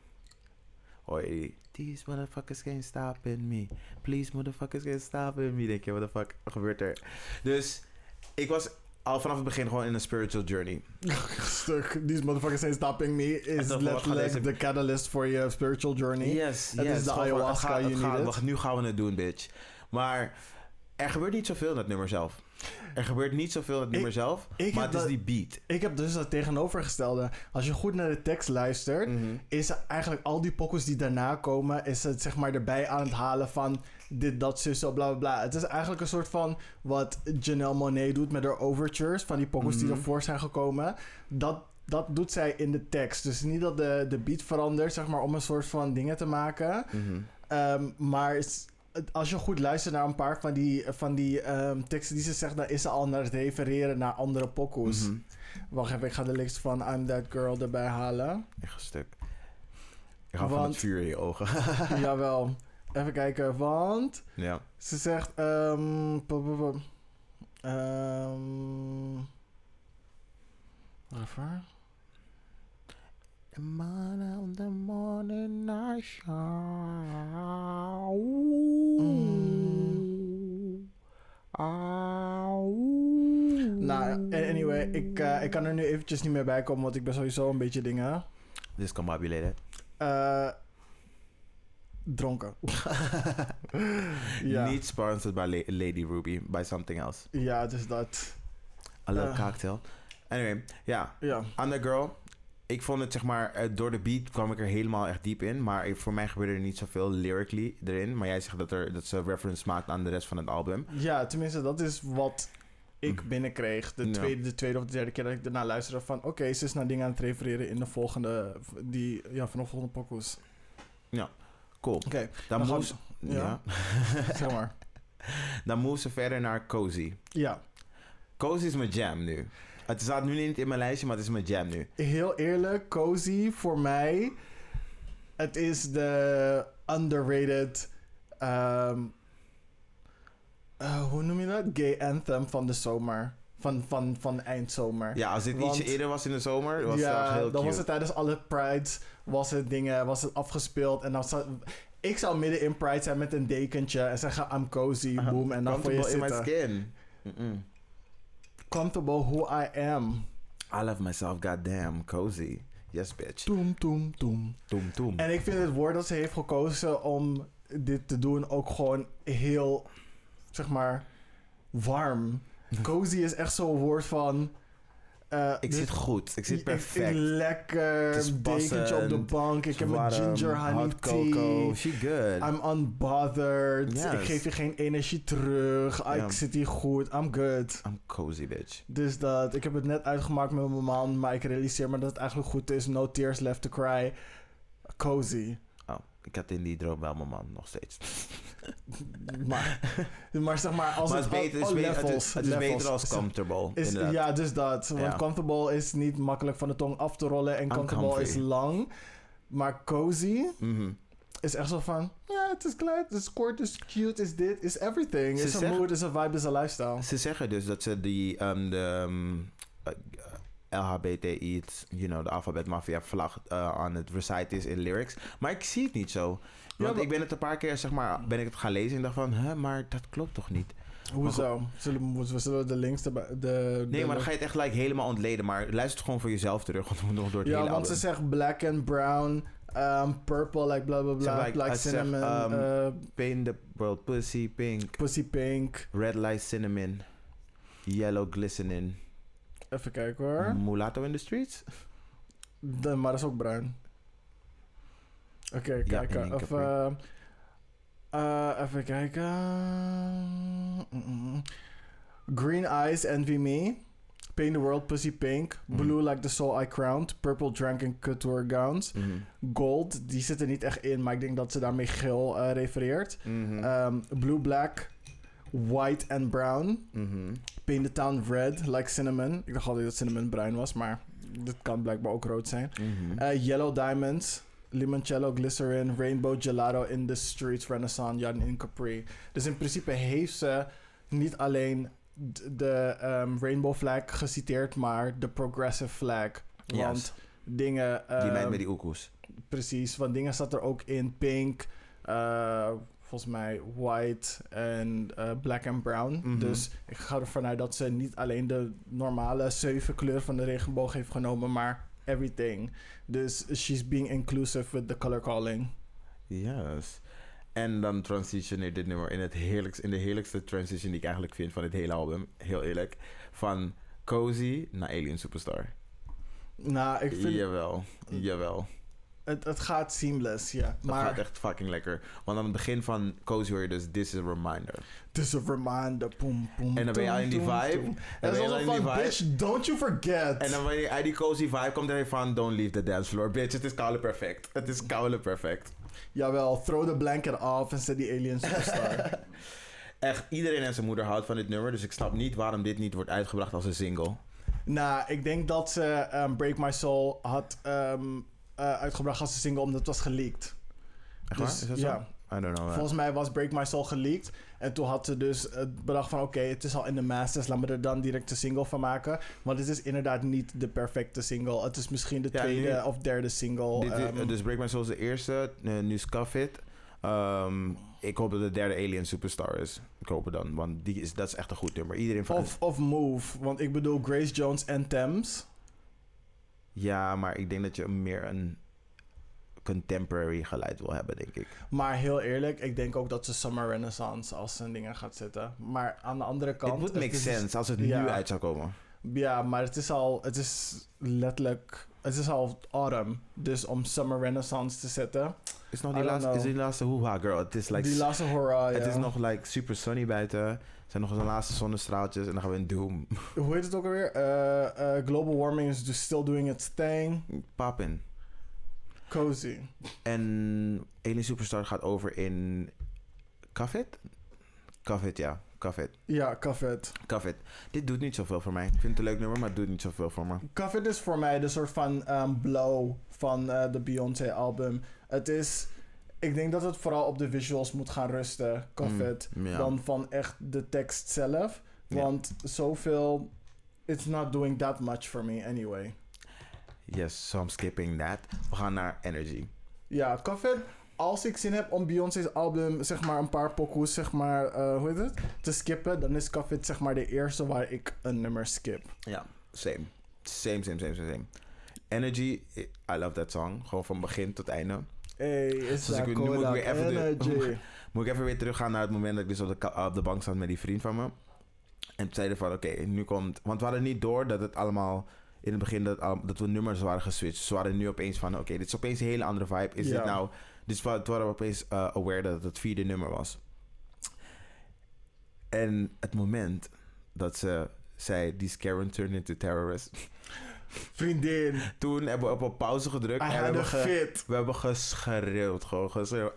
Hoi. These motherfuckers can't stop in me. Please motherfuckers can't stop in me. Denk je, what the fuck gebeurt er? Dus ik was al vanaf het begin gewoon in een spiritual journey. Stuk. These motherfuckers ain't stopping me is letterlijk de catalyst voor je spiritual journey. Yes, Het is de ayahuasca you needed. Nu gaan we het doen, bitch. Maar er gebeurt niet zoveel in het nummer zelf. Er gebeurt niet zoveel in het nummer zelf, maar het is die beat. Ik heb dus het tegenovergestelde. Als je goed naar de tekst luistert, is eigenlijk al die pokkels die daarna komen, is het zeg maar erbij aan het halen van dit, dat, zus, zo, bla, bla, bla. Het is eigenlijk een soort van wat Janelle Monáe doet met haar overtures, van die pokkels die ervoor zijn gekomen. Dat doet zij in de tekst. Dus niet dat de beat verandert, zeg maar, om een soort van dingen te maken. Maar als je goed luistert naar een paar van die teksten die ze zegt, dan is ze al naar het refereren naar andere pokoes. Wacht even, ik ga de lyrics van I'm That Girl erbij halen. Echt een stuk. Ik ga van het vuur in je ogen. Jawel. Even kijken, want Ja. ze zegt... Even. On the morning I shine. Nou, anyway, ik kan er nu eventjes niet meer bij komen, want ik ben sowieso een beetje dingen. Discombobulated. Dronken. Ja. Niet sponsored by Lady Ruby, by something else. Ja, dus dat. A little cocktail. Anyway, ja. Under Girl. Ik vond het, zeg maar, door de beat kwam ik er helemaal echt diep in. Maar voor mij gebeurde er niet zoveel lyrically erin. Maar jij zegt dat ze reference maakt aan de rest van het album. Ja, tenminste, dat is wat ik binnenkreeg. De tweede of de derde keer dat ik ernaar luisterde van... Oké, ze is naar dingen aan het refereren in de volgende... van de volgende pokoes. Ja, cool. Oké. Dan moest... Ja. Zeg maar. Dan moest ze verder naar Cozy. Ja. Cozy is mijn jam nu. Het staat nu niet in mijn lijstje, maar het is mijn jam nu. Heel eerlijk, Cozy voor mij... Het is de underrated... hoe noem je dat? Gay anthem van de zomer. Van eindzomer. Ja, als dit ietsje eerder was in de zomer, was het heel cute. Dan was het tijdens alle Prides, was het afgespeeld. En dan ik zou midden in Pride zijn met een dekentje en zeggen I'm cozy, boom. En dan voor je zitten. Comfortable in my skin. Comfortable who I am. I love myself, goddamn, cozy. Yes, bitch. Toem, toem, toem. Toem, toem. En ik vind het woord dat ze heeft gekozen om dit te doen ook gewoon heel, zeg maar, warm. Cozy is echt zo'n woord van... ik zit goed. Ik zit perfect. Lekker. Dekentje op de bank. Ik heb mijn ginger honey hot tea. cocoa. She good. I'm unbothered. Yes. Ik geef je geen energie terug. Ik zit hier goed. I'm good. I'm cozy, bitch. Dus dat. Ik heb het net uitgemaakt met mijn man. Maar ik realiseer me dat het eigenlijk goed is. No tears left to cry. Cozy. Oh, ik had in die droom wel mijn man. Nog steeds. maar zeg maar, als maar het is beter als comfortable. Ja, dus dat. Want comfortable is niet makkelijk van de tong af te rollen. En comfortable is lang. Maar cozy is echt zo van... Ja, het is klein, het is kort, het is cute, het is dit, het is everything. Het is een mood, het is een vibe, het is een lifestyle. Ze zeggen dus dat ze die... LHBTI, de Alphabet Mafia vlag aan het recite is in lyrics. Maar ik zie het niet zo. Want ik ben het een paar keer, zeg maar, ben ik het gaan lezen en dacht van, maar dat klopt toch niet? Hoezo? We zullen de links maar dan ga je het echt helemaal ontleden. Maar luister gewoon voor jezelf terug, want we moeten nog door het hele album. Ja, want ze zegt black and brown, purple, like blah blah blah, like cinnamon. Paint the world, pussy pink. Pussy pink. Red light cinnamon. Yellow glistening. Even kijken hoor. Mulatto in the streets? Maar dat is ook bruin. Oké, kijken. Even kijken. Green eyes envy me. Paint the world pussy pink. Blue like the soul I crowned. Purple drank in couture gowns. Gold, die zit er niet echt in, maar ik denk dat ze daarmee geel refereert. Blue black. White and brown. Paint the town red like cinnamon. Ik dacht altijd dat cinnamon bruin was, maar dit kan blijkbaar ook rood zijn. Yellow diamonds. Limoncello, glycerin, rainbow gelato in the streets, renaissance, Jan in Capri. Dus in principe heeft ze niet alleen de rainbow flag geciteerd, maar de progressive flag. Want dingen... die meid met die oekoes. Precies, want dingen zat er ook in pink, volgens mij white en black and brown. Dus ik ga ervan uit dat ze niet alleen de normale 7 kleuren van de regenboog heeft genomen, maar everything. Dus she's being inclusive with the color calling. Yes. En dan transitioneert dit nummer in de heerlijkste transition die ik eigenlijk vind van het hele album. Heel eerlijk. Van Cozy naar Alien Superstar. Nou, ik vind... Jawel. Het gaat seamless, ja. Het gaat echt fucking lekker. Want aan het begin van Cozy hoor je dus This is a Reminder. This is a reminder, boom, boom. En dan ben je al in die vibe. En dan is van, bitch, don't you forget. En dan wanneer je uit die cozy vibe komt, dan van, don't leave the dance floor. Bitch, het is koude perfect. Het is koude perfect. Jawel, throw the blanket off en zet die alien superstar. Echt, iedereen en zijn moeder houdt van dit nummer. Dus ik snap niet waarom dit niet wordt uitgebracht als een single. Nou, ik denk dat ze Break My Soul had uitgebracht als een single omdat het was geleakt. Echt Dus, waar? Is dat ja. zo? I don't know. Volgens mij was Break My Soul geleakt. En toen had ze dus bedacht van oké, het is al in de masters. Laat me er dan direct een single van maken. Want het is inderdaad niet de perfecte single. Het is misschien de tweede of derde single. Dus Break My Soul is de eerste. Nu Scuff It. Ik hoop dat de derde Alien Superstar is. Ik hoop het dan. Want dat is echt een goed nummer. Iedereen van... Of Move. Want ik bedoel Grace Jones en Thames. Ja, maar ik denk dat je meer een contemporary geluid wil hebben, denk ik. Maar heel eerlijk, ik denk ook dat ze Summer Renaissance als zijn dingen gaat zetten. Maar aan de andere kant... Het moet make sense als het nu uit zou komen. Ja, maar het is letterlijk... Het is al autumn. Dus om Summer Renaissance te zetten... Is die laatste hoeha girl. Het is like... Die laatste horror, Het is nog like super sunny buiten. Er zijn nog de laatste zonnestraaltjes en dan gaan we in Doom. Hoe heet het ook alweer? Global warming is dus still doing its thing. Papin. Cozy. En Alien Superstar gaat over in... Cuff It? Cuff It, ja. Cuff It. Ja, Cuff It. Cuff It. Dit doet niet zoveel voor mij. Ik vind het een leuk nummer, maar het doet niet zoveel voor me. Cuff It is voor mij de soort van blow van de Beyoncé album. Het is... Ik denk dat het vooral op de visuals moet gaan rusten, Cuff It, dan van echt de tekst zelf. Want zoveel... It's not doing that much for me anyway. Yes, so I'm skipping that. We gaan naar Energy. Ja, Cuff It. Als ik zin heb om Beyoncé's album, zeg maar een paar pokoes, zeg maar, hoe heet het? Te skippen, dan is Cuff It zeg maar de eerste waar ik een nummer skip. Ja, same. Same. Energy, I love that song. Gewoon van begin tot einde. Hey, is dat cool? Moet ik even weer teruggaan naar het moment dat ik dus op de bank zat met die vriend van me. En toen zeiden van oké, nu komt... Want we hadden niet door dat het allemaal... In het begin dat we nummers waren geswitcht. Ze waren nu opeens van oké, dit is opeens een hele andere vibe. Is dit nou... Dus we waren opeens aware dat het het vierde nummer was. En het moment dat ze zei... These Karen turned into terrorists... Vriendin. Toen hebben we op pauze gedrukt. En we hebben geschreeuwd. Gewoon geschreeuwd.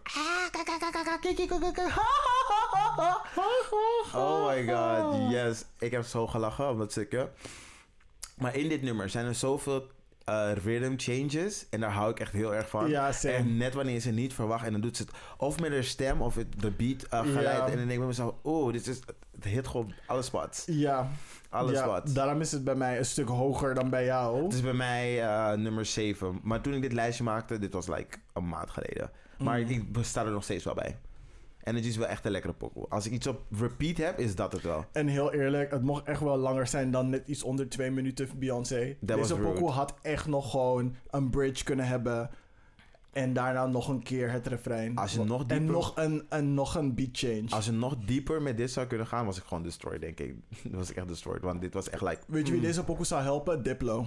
Oh my god, yes. Ik heb zo gelachen om dat stukje. Maar in dit nummer zijn er zoveel rhythm changes. En daar hou ik echt heel erg van. Ja, same. En net wanneer je ze niet verwacht. En dan doet ze het of met haar stem of de beat geleid. En dan denk ik bij mezelf... dit is... Het hit gewoon alle spots. Ja. Alle spots. Daarom is het bij mij een stuk hoger dan bij jou. Het is bij mij nummer 7. Maar toen ik dit lijstje maakte... Dit was like een maand geleden. Maar ik sta er nog steeds wel bij. Energy is wel echt een lekkere pokoe. Als ik iets op repeat heb, is dat het wel. En heel eerlijk, het mocht echt wel langer zijn dan net iets onder 2 minuten Beyoncé. Deze pokoe had echt nog gewoon een bridge kunnen hebben. En daarna nog een keer het refrein. Als je nog dieper... En nog een beat change. Als je nog dieper met dit zou kunnen gaan, was ik gewoon destroyed, denk ik. Dan was ik echt destroyed, want dit was echt like... Weet je wie deze pokoe zou helpen? Diplo.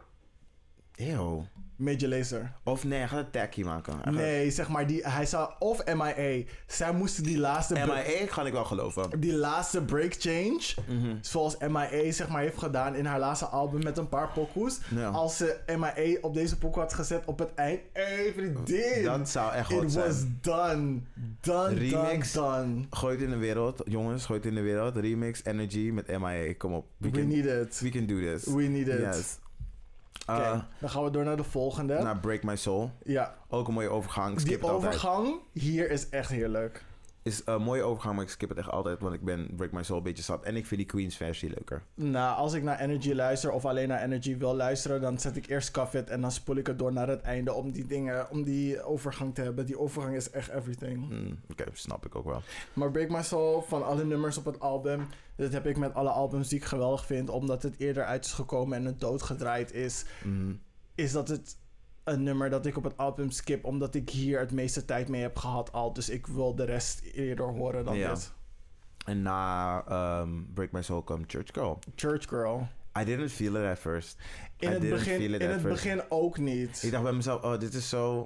Eeuw. Major Lazer. Of nee, hij gaat een tacky maken. Nee, zeg maar, hij zou... Of MIA. Zij moesten die laatste... MIA kan ik wel geloven. Die laatste break change, zoals MIA zeg maar heeft gedaan in haar laatste album met een paar pokoes. Ja. Als ze MIA op deze pokoe had gezet op het eind. Everyday. Dat zou echt goed zijn. It was done. Remix. Done. Gooi het in de wereld. Jongens, gooi het in de wereld. Remix, Energy met MIA. Kom op. We need it. We can do this. We need it. Yes. Oké, dan gaan we door naar de volgende. Naar Break My Soul. Ja. Ook een mooie overgang. Skip Die overgang hier is echt heerlijk. Is een mooie overgang, maar ik skip het echt altijd. Want ik ben Break My Soul een beetje zat. En ik vind die Queen's versie leuker. Nou, als ik naar Energy luister of alleen naar Energy wil luisteren... dan zet ik eerst Cuff It en dan spoel ik het door naar het einde... om die overgang te hebben. Die overgang is echt everything. Oké, snap ik ook wel. Maar Break My Soul, van alle nummers op het album... dat heb ik met alle albums die ik geweldig vind... omdat het eerder uit is gekomen en het doodgedraaid is... is dat het een nummer dat ik op het album skip... omdat ik hier het meeste tijd mee heb gehad al. Dus ik wil de rest eerder horen dan dit. En na Break My Soul kwam Church Girl. Church Girl. I didn't feel it at first. In het begin ook niet. Ik dacht bij mezelf, oh, dit is zo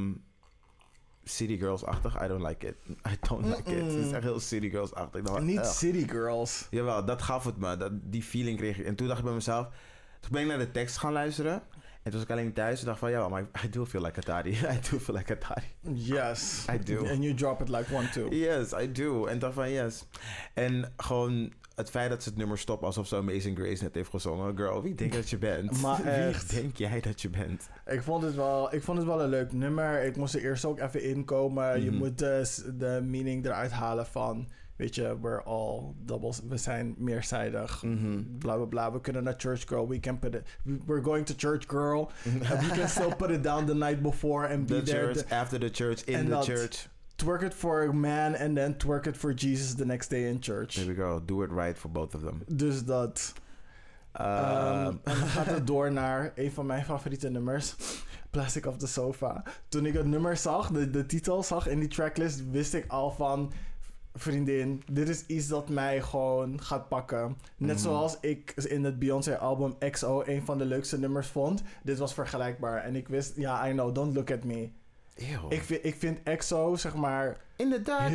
City Girls-achtig. I don't like it. I don't like it. Het is echt heel City Girls-achtig. Niet City Girls. Jawel, dat gaf het me. Die feeling kreeg ik. En toen dacht ik bij mezelf... Toen ben ik naar de tekst gaan luisteren. En toen was ik alleen thuis en dacht van... Ja, maar I do feel like a Tari. I do feel like a Tari. Yes. I do. And you drop it like 1, 2. Yes, I do. En dacht van yes. En gewoon... Het feit dat ze het nummer stopt alsof ze Amazing Grace net heeft gezongen. Girl, wie denk je dat je bent? Maar echt. Wie denk jij dat je bent? Ik vond het wel een leuk nummer. Ik moest er eerst ook even inkomen. Je moet de meaning eruit halen van... Weet je, we're all doubles. We zijn meerzijdig. Bla bla bla. We kunnen naar church, girl. We can put it... We're going to church, girl. We can still put it down the night before and be there. The church, after the church, in the church. Twerk it for a man and then twerk it for Jesus the next day in church. There we go. Do it right for both of them. Dus dat. En dan gaat het door naar een van mijn favoriete nummers. Plastic of the Sofa. Toen ik het nummer zag, de titel zag in die tracklist, wist ik al van... Vriendin, dit is iets dat mij gewoon gaat pakken. Net zoals ik in het Beyoncé-album XO een van de leukste nummers vond. Dit was vergelijkbaar. En ik wist, I know, don't look at me. Ew. Ik vind XO, zeg maar... In the dark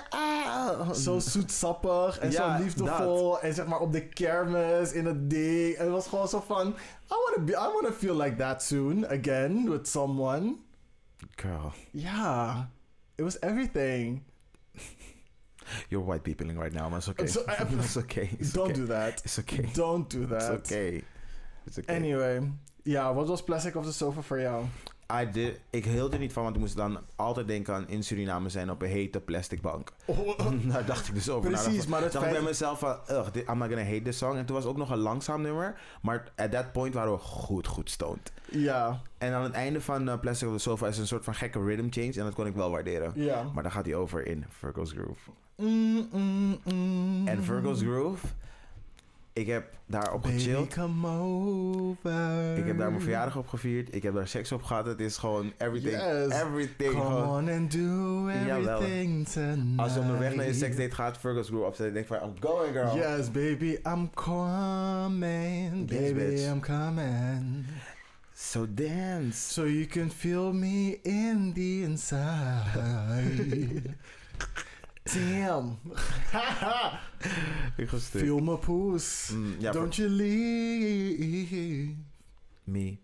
zo zoetsappig en zo liefdevol. Dat. En zeg maar op de kermis, in het ding. En het was gewoon zo van... I wanna feel like that soon. Again, with someone. Girl. Yeah. It was everything. You're white peopling right now, maar it's okay. It's okay. Don't do that. It's okay. Don't do that. It's okay. It's okay. Anyway. Ja, wat was Plastic of the Sofa voor jou? Ik hield er niet van, want ik moest dan altijd denken aan in Suriname zijn op een hete plastic bank. Daar dacht ik dus over. Precies, maar dat dacht ik bij mezelf van, I'm not gonna hate this song. En toen was het ook nog een langzaam nummer. Maar at that point waren we goed stoned. Ja. En aan het einde van Plastic of the Sofa is een soort van gekke rhythm change. En dat kon ik wel waarderen. Ja. Maar dan gaat hij over in Virgo's Groove. En Virgo's Groove... Ik heb daar op gechilled. Come over. Ik heb daar mijn verjaardag op gevierd. Ik heb daar seks op gehad. Het is gewoon everything. Yes. Everything. Come on and do everything tonight. Als je onderweg naar je seksdate gaat, Virgo's Groove opzetten. Denk van, I'm going, girl. Yes, baby, I'm coming. Yes, baby, bitch. I'm coming. So dance. So you can feel me in the inside. Damn. Ik ga stuk. Feel my poes. Don't you leave me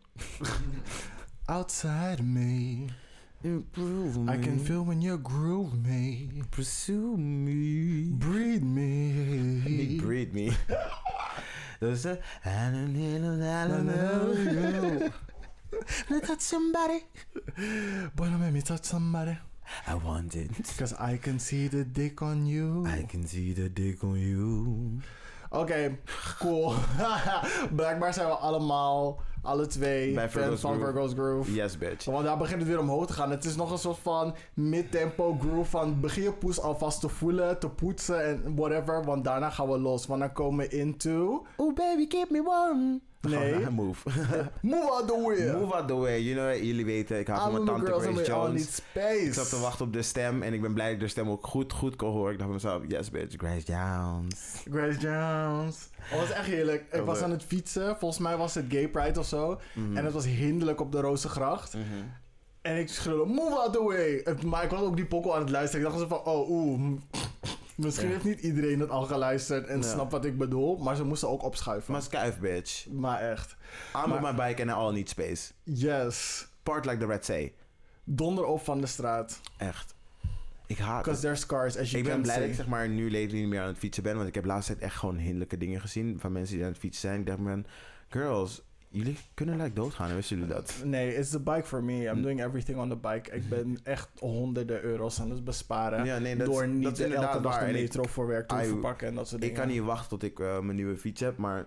outside me. Improve me. I can feel when you groove me. Pursue me. Breathe me. Niet breathe me. Dat is het. I don't know. Let's touch somebody. Boy, don't make me touch somebody. I want it. Because I can see the dick on you. I can see the dick on you. Oké, cool. Blijkbaar zijn we allemaal, alle twee, fans van Virgo's Groove. Yes, bitch. Want daar begint het weer omhoog te gaan. Het is nog een soort van mid-tempo groove van begin je poes alvast te voelen, te poetsen en whatever. Want daarna gaan we los. Want dan komen we into... Oh baby, keep me warm. Nee. Move. Move out the way. Move out the way. You know, jullie weten, ik hou van mijn tante Grace Jones. Space. Ik zat te wachten op de stem en ik ben blij dat ik de stem ook goed kon horen. Ik dacht bij mezelf, yes bitch, Grace Jones. Grace Jones. Oh, dat was echt heerlijk. Ik was aan het fietsen. Volgens mij was het Gay Pride of zo. En het was hinderlijk op de Rozengracht. En ik schreeuwde, move out the way. Maar ik was ook die pokkel aan het luisteren. Ik dacht zo van, misschien heeft niet iedereen het al geluisterd en snapt wat ik bedoel. Maar ze moesten ook opschuiven. Maar schuif, bitch. Maar echt. I'm on my bike and I all need space. Yes. Part like the Red Sea. Donder op van de straat. Echt. Ik haat het. Because there's scars, as you can see. Ik ben blij dat ik zeg maar nu lately niet meer aan het fietsen ben. Want ik heb laatst tijd echt gewoon hinderlijke dingen gezien. Van mensen die aan het fietsen zijn. Ik dacht man, girls, jullie kunnen like doodgaan. En wisten jullie dat? Nee, it's the bike for me. I'm doing everything on the bike. Ik ben echt honderden euro's aan het besparen. Ja, nee, door niet elke dag de metro voor werk te hoeven pakken en dat soort dingen. Ik kan niet wachten tot ik mijn nieuwe fiets heb, maar...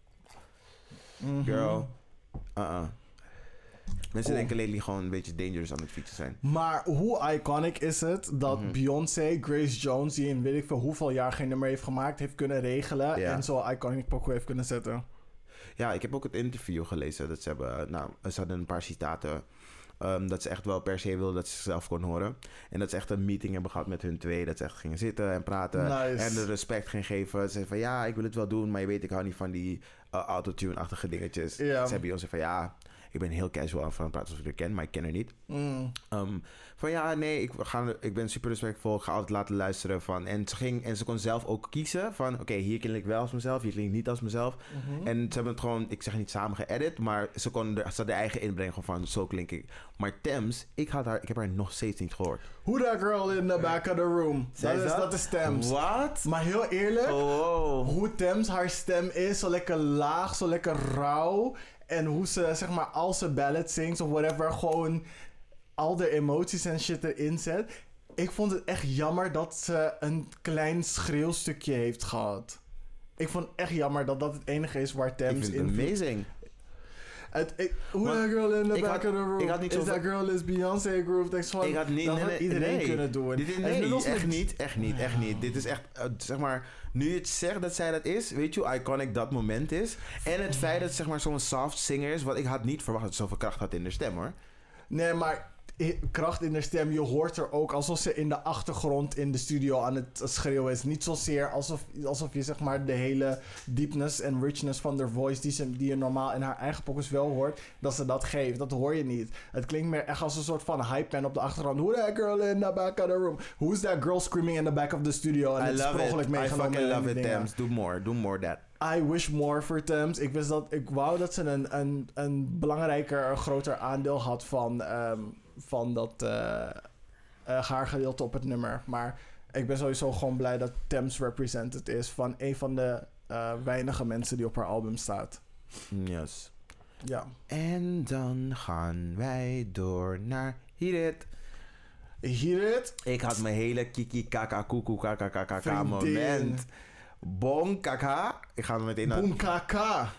Girl, mensen denken lately gewoon een beetje dangerous aan het fietsen zijn. Maar hoe iconic is het dat Beyoncé, Grace Jones, die in weet ik veel hoeveel jaar geen nummer heeft gemaakt, heeft kunnen regelen en zo iconic pokoe heeft kunnen zetten. Ja, ik heb ook het interview gelezen dat ze hebben... ze hadden een paar citaten Dat ze echt wel per se wilde dat ze zichzelf kon horen. En dat ze echt een meeting hebben gehad met hun twee. Dat ze echt gingen zitten en praten. Nice. En de respect gingen geven. Ze zeiden van ja, ik wil het wel doen. Maar je weet, ik hou niet van die autotune-achtige dingetjes. Ja. Ze hebben Beyoncé van ja, ik ben heel casual aan het praten alsof ik haar ken. Maar ik ken haar niet. Van ja, nee, ik ben super respectvol. Ik ga altijd laten luisteren van. En ze kon zelf ook kiezen van oké, hier klink ik wel als mezelf. Hier klink ik niet als mezelf. En ze hebben het gewoon, ik zeg niet samen geëdit. Maar ze had de eigen inbreng van zo klink ik. Maar Tems, ik heb haar nog steeds niet gehoord. Who that girl in the back of the room? Dat is Tems. Wat? Maar heel eerlijk, hoe Tems haar stem is, zo lekker laag, zo lekker rauw. En hoe ze, zeg maar, als ze ballad zingt of whatever, gewoon al de emoties en shit erin zet. Ik vond het echt jammer dat ze een klein schreeuwstukje heeft gehad. Ik vond het echt jammer dat dat het enige is waar Tems in... Amazing. Who that girl in the back of the room? Ik had niet is that girl is Beyoncé groove? Ik had niet, dat had iedereen kunnen doen. Echt niet. Dit is echt, zeg maar, nu je het zegt dat zij dat is, weet je hoe iconic dat moment is? En het feit dat zeg maar zo'n soft singer is, want ik had niet verwacht dat ze zoveel kracht had in de stem, hoor. Nee, maar kracht in de stem, je hoort er ook alsof ze in de achtergrond in de studio aan het schreeuwen is. Niet zozeer alsof je zeg maar de hele deepness en richness van haar voice die je normaal in haar eigen pokus wel hoort, dat ze dat geeft. Dat hoor je niet. Het klinkt meer echt als een soort van hype pen op de achtergrond. Who that girl in the back of the room? Who's that girl screaming in the back of the studio? En I love it. I fucking love it, Tems. Do more that. I wish more for Tems. Ik wou dat ze een belangrijker, groter aandeel had van dat haar gedeelte op het nummer. Maar ik ben sowieso gewoon blij dat Tems represented is van een van de weinige mensen die op haar album staat. Yes. Ja. En dan gaan wij door naar Heat It. Heat It? Ik had mijn hele kiki kaka koekoe kaka kaka moment. Bon kaka. Ik ga er meteen naar... Boom kaka.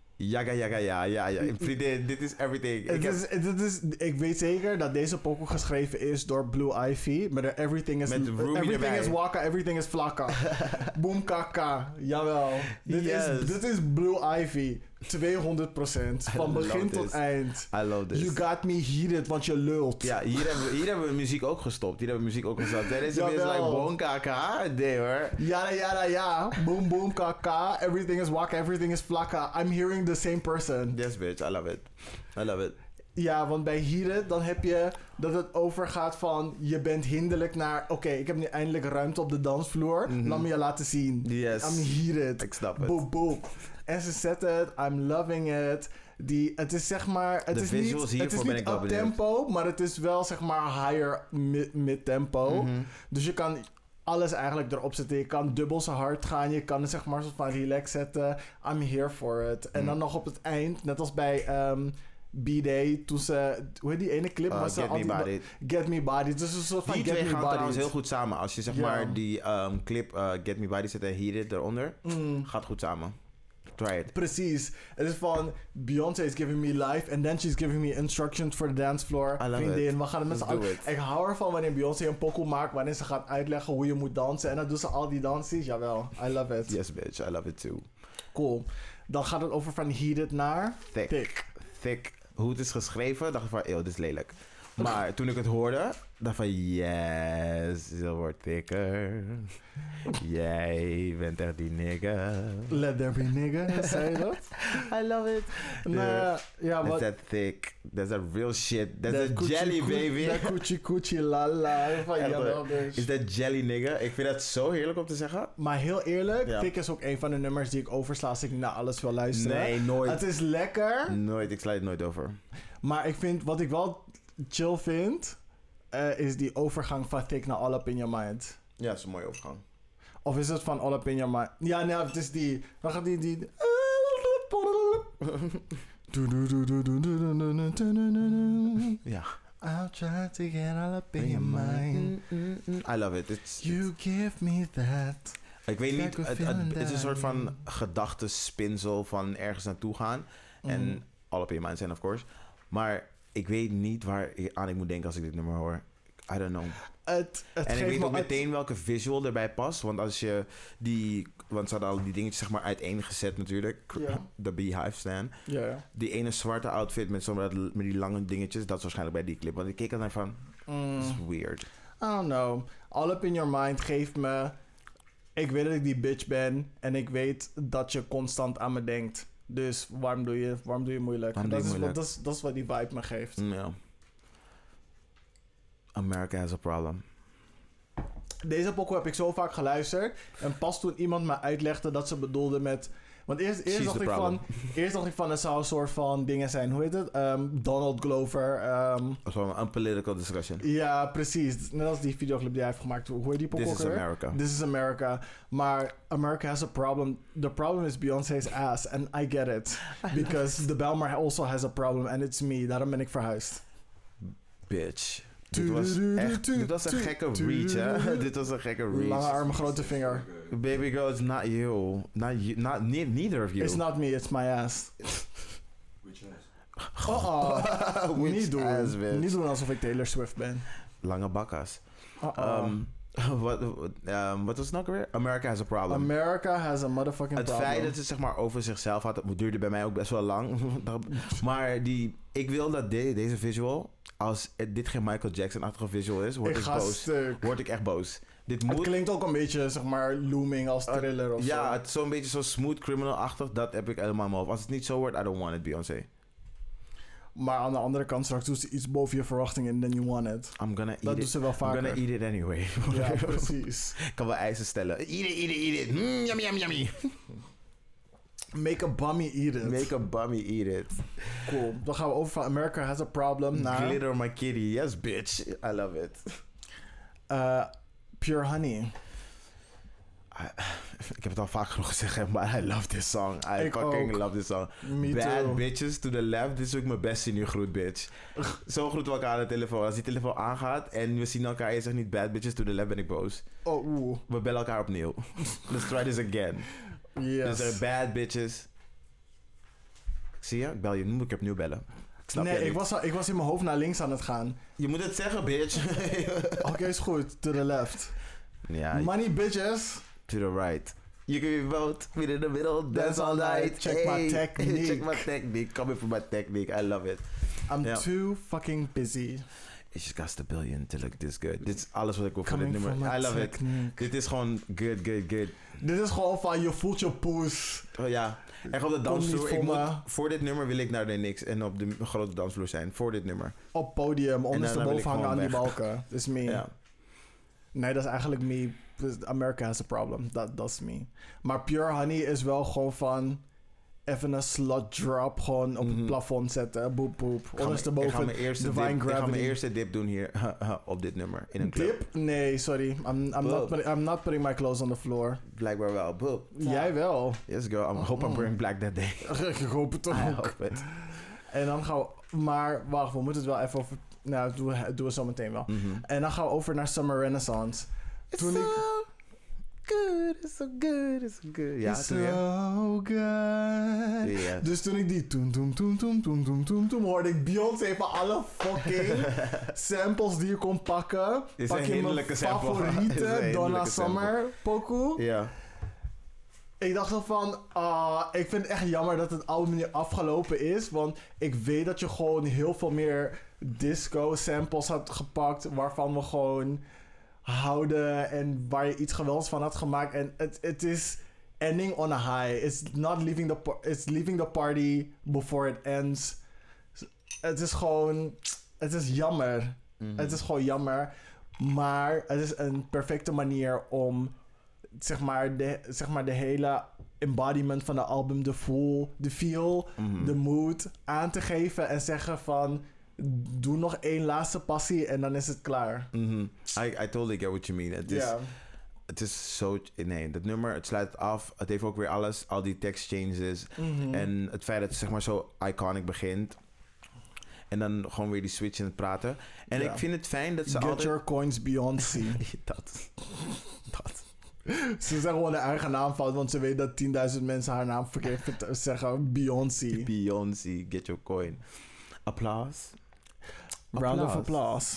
Ja. Vriendin, dit is everything. Ik weet zeker dat deze pokoe geschreven is door Blue Ivy. Maar everything is waka, everything is flakka. Boom kaka. Jawel. Dit is Blue Ivy. 200%. Van begin tot eind. I love this. You got me heated, want je lult. Ja, hier hebben we muziek ook gestopt. Deze is like boom kaka. Nee hoor. Ja. Boom boom kaka. Everything is waka, everything is flakka. I'm hearing the same person. Yes bitch, I love it. Ja, want bij Heated dan heb je dat het overgaat van je bent hinderlijk naar oké, ik heb nu eindelijk ruimte op de dansvloer. Laat me je laten zien. Yes. I'm heated. Ik snap het. Boop, boop. En ze zetten het. I'm loving it. Het is zeg maar... Het is niet up tempo, maar het is wel zeg maar higher mid tempo. Dus je kan alles eigenlijk erop zetten. Je kan dubbel zo hard gaan. Je kan het zeg maar soort van relax zetten. I'm here for it. En dan nog op het eind, net als bij... B-Day, toen ze... Hoe heet die ene clip? Get Me Bodied. Dus een soort van die Get Me Bodied. Die twee gaan trouwens heel goed samen. Als je zeg maar die clip Get Me Bodied zet en Heated eronder. Gaat goed samen. Try it. Precies. Het is van... Beyoncé is giving me life. And then she's giving me instructions for the dance floor. Vriendin, we gaan het met z'n allen... Ik hou ervan wanneer Beyoncé een pokoe maakt. Wanneer ze gaat uitleggen hoe je moet dansen. En dan doen ze al die dansies. Jawel. I love it. Yes bitch. I love it too. Cool. Dan gaat het over van Heated naar... Thick. Hoe het is geschreven, dacht ik van, eeuw, dit is lelijk. Maar toen ik het hoorde, dacht van, yes, ze wordt thicker. Jij bent echt die nigga. Let there be nigga, zei je dat? I love it. Ja, wat... That's that thick. That's that real shit. That's that jelly, baby. That coochie lala. Is that jelly, nigga? Ik vind dat zo heerlijk om te zeggen. Maar heel eerlijk, Thick is ook een van de nummers die ik oversla als ik naar alles wil luisteren. Nee, nooit. Het is lekker. Nooit, ik sla het nooit over. Maar ik vind, wat ik wel chill vind, is die overgang van Thick naar All Up In Your Mind. Ja, dat is een mooie overgang. Of is het van All Up In Your Mind? Ja, nee, het is die. Dan gaat die... Ja. I'll try to get all up in your mind. I love it. You give me that. Ik weet niet, het is een soort van gedachtenspinsel van ergens naartoe gaan. En all up in your mind zijn, of course. Maar ik weet niet waar aan ik moet denken als ik dit nummer hoor. I don't know. Het En ik geeft weet me ook meteen welke visual erbij past. Want als je want ze hadden al die dingetjes zeg maar uiteengezet natuurlijk. Ja. De Beehive stand. Ja. Die ene zwarte outfit met die lange dingetjes. Dat is waarschijnlijk bij die clip. Want ik keek er naar van, dat is weird. I don't know. All Up In Your Mind geeft me... Ik weet dat ik die bitch ben. En ik weet dat je constant aan me denkt. Dus waarom doe je moeilijk? Dat is wat die vibe me geeft. Ja. America has a problem. Deze pokoe heb ik zo vaak geluisterd. En pas toen iemand me uitlegde dat ze bedoelde met... Want eerst dacht ik van het zou een soort van dingen zijn. Hoe heet het? Donald Glover. Zo'n unpolitical discussion. Ja, precies. Net als die videoclip die hij heeft gemaakt. Hoe heet die pokoe? This is America. This is America. Maar America has a problem. The problem is Beyoncé's ass. And I get it. Because the Belmar also has a problem. And it's me. Daarom ben ik verhuisd. Bitch. Dit was een gekke reach, hè? Dit was een gekke reach. Lange arm, grote vinger. Baby girl, it's not you. Neither of you. It's not me, it's my ass. Which ass? Niet doen. Ass, bitch. Niet doen alsof ik Taylor Swift ben. Lange bakkas. Wat was het nou weer? America has a problem. America has a motherfucking het problem. feit dat ze zeg maar over zichzelf had, duurde bij mij ook best wel lang. Maar ik wil dat deze visual, als dit geen Michael Jackson-achtige visual is, word ik boos. Stuk. Word ik echt boos. Het klinkt ook een beetje, zeg maar, looming als thriller of zo. Ja, het is zo'n beetje zo smooth criminal-achtig. Dat heb ik helemaal in mijn hoofd. Als het niet zo wordt, I don't want it, Beyoncé. Maar aan de andere kant, straks doet ze iets boven je verwachting en then you want it. Dat doet ze wel vaker. I'm gonna eat it anyway. Ja, precies. Ik kan wel eisen stellen. Eat it. Yummy. Make a bummy eat it. Make a bummy eat it. Cool. Dan gaan we over van America has a problem naar... Glitter my kitty. Yes, bitch. I love it. Pure Honey. Ik heb het al vaak genoeg gezegd, maar I love this song. I Ik fucking ook. love this song. Me Bad too. bitches to the left. Dit is ook mijn bestie nu groet, bitch. Zo groeten we elkaar aan de telefoon. Als die telefoon aangaat en we zien elkaar en je zegt niet bad bitches to the left, ben ik boos. Oh, oeh. We bellen elkaar opnieuw. Let's try this again. Yes. Dus bad bitches. Zie je? Ik bel je. Nu moet ik opnieuw bellen. Ik was in mijn hoofd naar links aan het gaan. Je moet het zeggen, bitch. Oké, is goed. To the left. Ja. Money bitches. To the right. You can be both. Meet in the middle. Dance all night. Check my technique. Check my technique. Coming from my technique. I love it. I'm too fucking busy. It's just got a billion to look this good. Dit is alles wat ik wil voor dit Coming nummer. from my I love technique. it. Dit is gewoon good. Dit is gewoon van je voelt je poes. Oh ja. Echt op de dansvloer. niet Voor dit nummer wil ik naar de Knicks en op de grote dansvloer zijn. Voor dit nummer. Op podium, ondersteboven hangen aan die balken. Dat is me. Ja. Nee, dat is eigenlijk me. America has a problem. Dat is me. Maar Pure Honey is wel gewoon van... Even een slot drop gewoon op het plafond zetten. Boep, boep. Ondersteboven, ik ga mijn Gravity. eerste dip doen hier op dit nummer. In een club. Dip? Nee, sorry. I'm not putting my clothes on the floor. Blijkbaar wel. Boop. Jij wel. Yes girl. I hope I'm wearing black that day. Ik hoop het I ook. hope it. En dan gaan we... Maar wacht, we moeten het wel even over... Nou, doen we zo meteen wel. En dan gaan we over naar Summer Renaissance. It's so good. Ja, It's so good. Yes. Dus toen ik die toen hoorde ik Beyoncé van alle fucking samples die je kon pakken. Is Pak een je mijn hinderlijke sample. Is een favoriete hinderlijke Donna sample. Summer pokoe. Ja. Ik dacht zo van, ik vind het echt jammer dat het album nu afgelopen is. Want ik weet dat je gewoon heel veel meer disco samples had gepakt. Waarvan we gewoon houden en waar je iets geweldigs van had gemaakt. En het is ending on a high. It's leaving the party before it ends. Het is gewoon, het is jammer. Het is gewoon jammer. Maar het is een perfecte manier om zeg maar de hele embodiment van de album, de feel, de mood aan te geven en zeggen van doe nog één laatste passie en dan is het klaar. I totally get what you mean. Het is zo... Nee, dat nummer, het sluit af. Het heeft ook weer alles. Al die text changes. En het feit dat het zeg maar zo iconic begint. En dan gewoon weer die switch in het praten. En ik vind het fijn dat ze Get altijd... your coins Beyoncé. dat. Ze zeggen gewoon de eigen naam fout, want ze weet dat 10.000 mensen haar naam verkeerd zeggen. Beyoncé, get your coin. Applaus. Round of applause.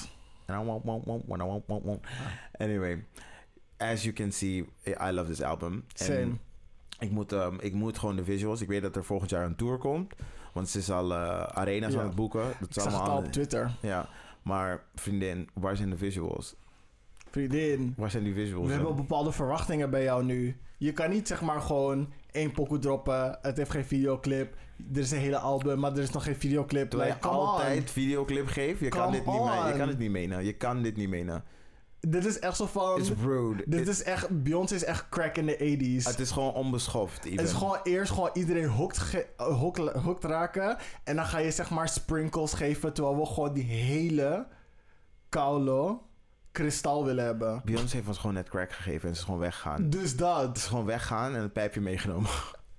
Anyway, as you can see, I love this album. Same. En ik moet gewoon de visuals. Ik weet dat er volgend jaar een tour komt. Want ze is al arena's aan het boeken. Dat is Ik zag het al op Twitter. Ja, maar vriendin, waar zijn de visuals? Vriendin. Waar zijn die visuals? We hebben bepaalde verwachtingen bij jou nu. Je kan niet zeg maar gewoon 1 pokoe droppen. Het heeft geen videoclip. Er is een hele album, maar er is nog geen videoclip. Terwijl je altijd videoclip geeft. Je kan dit niet menen. Dit is echt zo van... It's rude. Beyoncé is echt crack in de 80s. Het is gewoon onbeschoft. Even. Het is gewoon eerst gewoon iedereen hooked raken. En dan ga je zeg maar sprinkles geven. Terwijl we gewoon die hele koude kristal willen hebben. Beyoncé heeft ons gewoon net crack gegeven en ze is gewoon weggegaan. Dus dat. Het is gewoon weggaan en het pijpje meegenomen.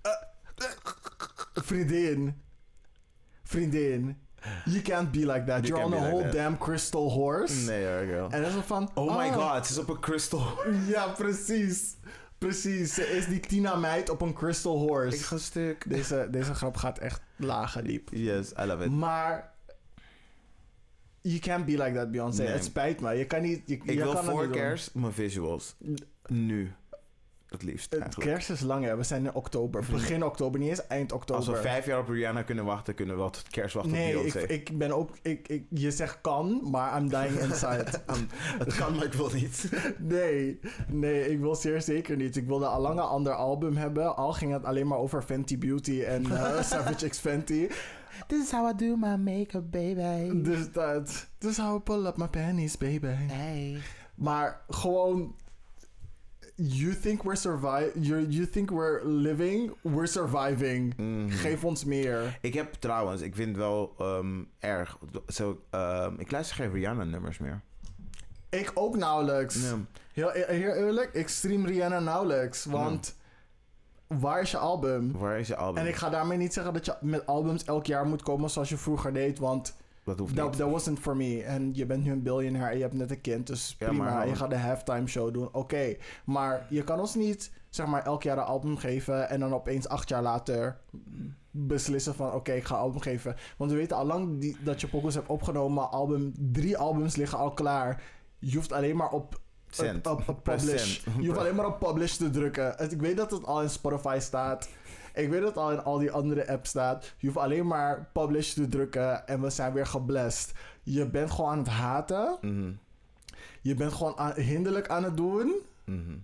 Vriendin. You can't be like that. You're on a whole damn crystal horse. Nee hoor, girl. En dat is zo van... Oh my god, ze is op een crystal. Ja, precies. Precies. Ze is die Tina meid op een crystal horse. Ik ga stuk. Deze grap gaat echt laag en diep. Yes, I love it. Maar... You can't be like that, Beyoncé. Nee. Het spijt me. Je kan niet... Ik wil voor kerst mijn visuals. Nu. Het liefst eigenlijk. Kerst is lang, hè. We zijn in oktober. Begin oktober, niet eens eind oktober. Als we 5 jaar op Rihanna kunnen wachten, kunnen we wel tot kerst wachten op Beyoncé. Nee, ik ben ook... je zegt kan, maar I'm dying inside. Het kan, maar ik wil niet. Nee, ik wil zeer zeker niet. Ik wilde al lang een ander album hebben. Al ging het alleen maar over Fenty Beauty en Savage X Fenty. This is how I do my makeup, baby. Dus dat. This is how I pull up my panties, baby. Hey. Maar gewoon... You think we're living, we're surviving. Mm-hmm. Geef ons meer. Ik heb trouwens, ik vind het wel erg. Ik luister geen Rihanna-nummers meer. Ik ook nauwelijks. Ja. Heel eerlijk, ik stream Rihanna nauwelijks. Want waar is je album? En ik ga daarmee niet zeggen dat je met albums elk jaar moet komen zoals je vroeger deed. Want dat hoeft niet. That wasn't for me. En je bent nu een biljonair en je hebt net een kind. Dus prima, maar je gaat de halftime show doen. Oké. Maar je kan ons niet zeg maar elk jaar een album geven en dan opeens 8 jaar later beslissen van oké, ik ga een album geven. Want we weten al lang dat je pokus hebt opgenomen. 3 albums liggen al klaar. Je hoeft alleen maar op publish. Je hoeft alleen maar op publish te drukken. Ik weet dat het al in Spotify staat. Ik weet dat het al in al die andere apps staat. Je hoeft alleen maar publish te drukken en we zijn weer geblest. Je bent gewoon aan het haten. Mm-hmm. Je bent gewoon hinderlijk aan het doen. Mm-hmm.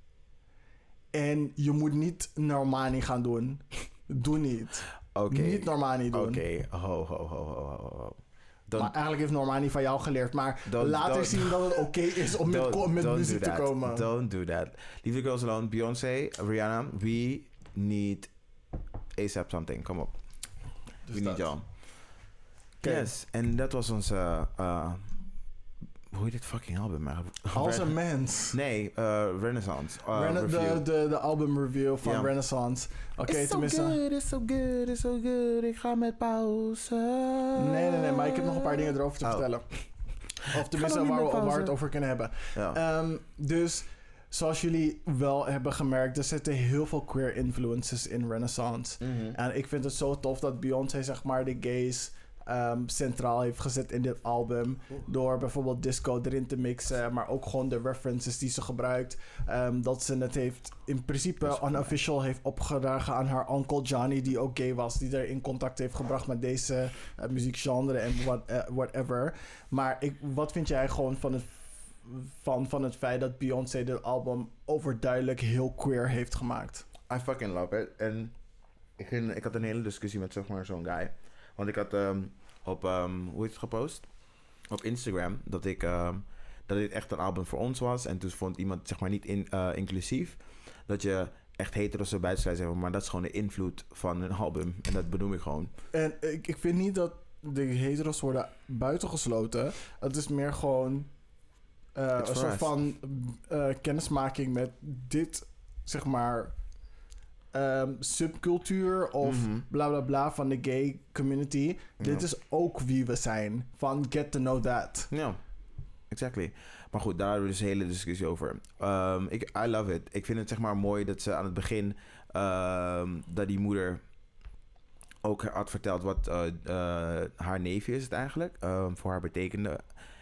En je moet niet Normani gaan doen. Doe niet. Okay. Niet Normani doen. Oké, ho. Maar eigenlijk heeft Normani van jou geleerd. Maar later zien dat het oké is om met muziek te komen. Don't do that. Lieve Girls Alone, Beyoncé, Rihanna, we need ASAP something. Kom op. Dus we need y'all. Okay. Yes, en dat was onze... hoe heet dit fucking album? Als een mens. Nee, Renaissance. De album review van Renaissance. Oké, tenminste... It's so good. Ik ga met pauze. Nee, maar ik heb nog een paar dingen erover te vertellen. Of tenminste waar we het over kunnen hebben. Ja. Dus... Zoals jullie wel hebben gemerkt, er zitten heel veel queer influences in Renaissance. Mm-hmm. En ik vind het zo tof dat Beyoncé zeg maar de gays centraal heeft gezet in dit album. Door bijvoorbeeld disco erin te mixen, maar ook gewoon de references die ze gebruikt. Dat ze het heeft in principe unofficial heeft opgedragen aan haar uncle Johnny, die ook gay was. Die er in contact heeft gebracht met deze muziekgenre en whatever. Maar wat vind jij gewoon van het feit dat Beyoncé dit album overduidelijk heel queer heeft gemaakt? I fucking love it. En ik had een hele discussie met zeg maar zo'n guy. Want ik had op, hoe is het gepost? Op Instagram dat dit echt een album voor ons was. En toen vond iemand zeg maar niet inclusief. Dat je echt hetero's erbij zou zeggen, maar dat is gewoon de invloed van een album. En dat benoem ik gewoon. En ik vind niet dat de hetero's worden buitengesloten. Het is meer gewoon... een soort van kennismaking met dit, zeg maar, subcultuur of bla bla bla van de gay community. Ja. Dit is ook wie we zijn. Van get to know that. Ja, exactly. Maar goed, daar hebben we dus een hele discussie over. I love it. Ik vind het zeg maar mooi dat ze aan het begin... dat die moeder ook had verteld wat haar neefje is het eigenlijk. Voor haar betekende...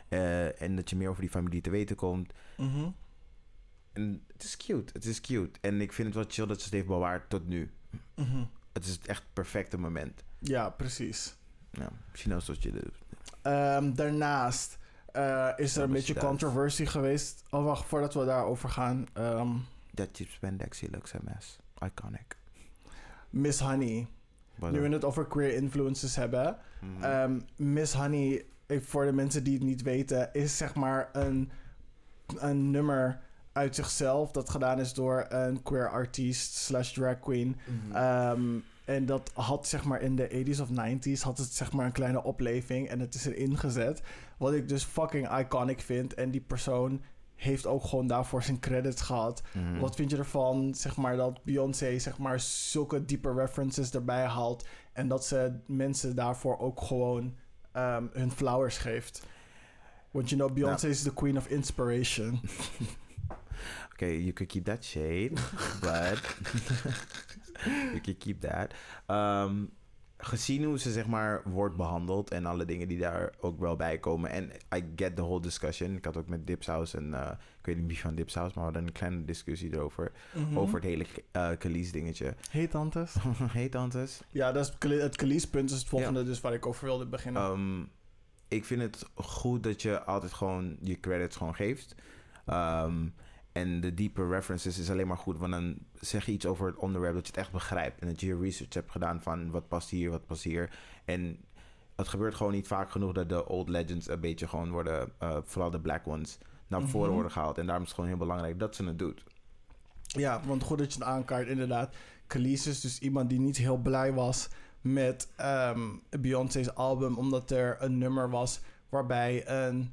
En dat je meer over die familie te weten komt. Mhm. En het is cute. En ik vind het wel chill dat ze het heeft bewaard tot nu. Mhm. Het is echt het perfecte moment. Ja, precies. Ja, she knows what she does. Daarnaast is er een beetje controversie geweest. Oh, wacht, voordat we daarover gaan. That cheap spandex, he looks a mess. Iconic. Miss Honey. Nu we het over queer influences hebben. Miss Honey, voor de mensen die het niet weten, is zeg maar een nummer uit zichzelf dat gedaan is door een queer artiest / drag queen. En dat had zeg maar in de 80s of 90s had het zeg maar een kleine opleving en het is erin gezet. Wat ik dus fucking iconic vind. En die persoon heeft ook gewoon daarvoor zijn credits gehad. Wat vind je ervan, zeg maar, dat Beyoncé zeg maar zulke diepe references erbij haalt en dat ze mensen daarvoor ook gewoon hun flowers geeft? Want you know, Beyoncé is the queen of inspiration. Okay, you could keep that shade, but you could keep that. Gezien hoe ze zeg maar wordt behandeld en alle dingen die daar ook wel bij komen. En I get the whole discussion. Ik had ook met Dipsaus en ik weet niet wie van Dipsaus, maar we hadden een kleine discussie erover. Over het hele Khalees dingetje. Hey tantes. Hey tantes. Ja, dat is het Khalees punt is het volgende dus waar ik over wilde beginnen. Ik vind het goed dat je altijd gewoon je credits gewoon geeft. En de diepe references is alleen maar goed, want dan zeg je iets over het onderwerp dat je het echt begrijpt. En dat je research hebt gedaan van wat past hier, wat past hier. En het gebeurt gewoon niet vaak genoeg dat de old legends een beetje gewoon worden, vooral de black ones, naar voren worden gehaald. En daarom is het gewoon heel belangrijk dat ze het doet. Ja, want goed dat je het aankaart, inderdaad. Khalees is dus iemand die niet heel blij was met Beyoncé's album, omdat er een nummer was waarbij een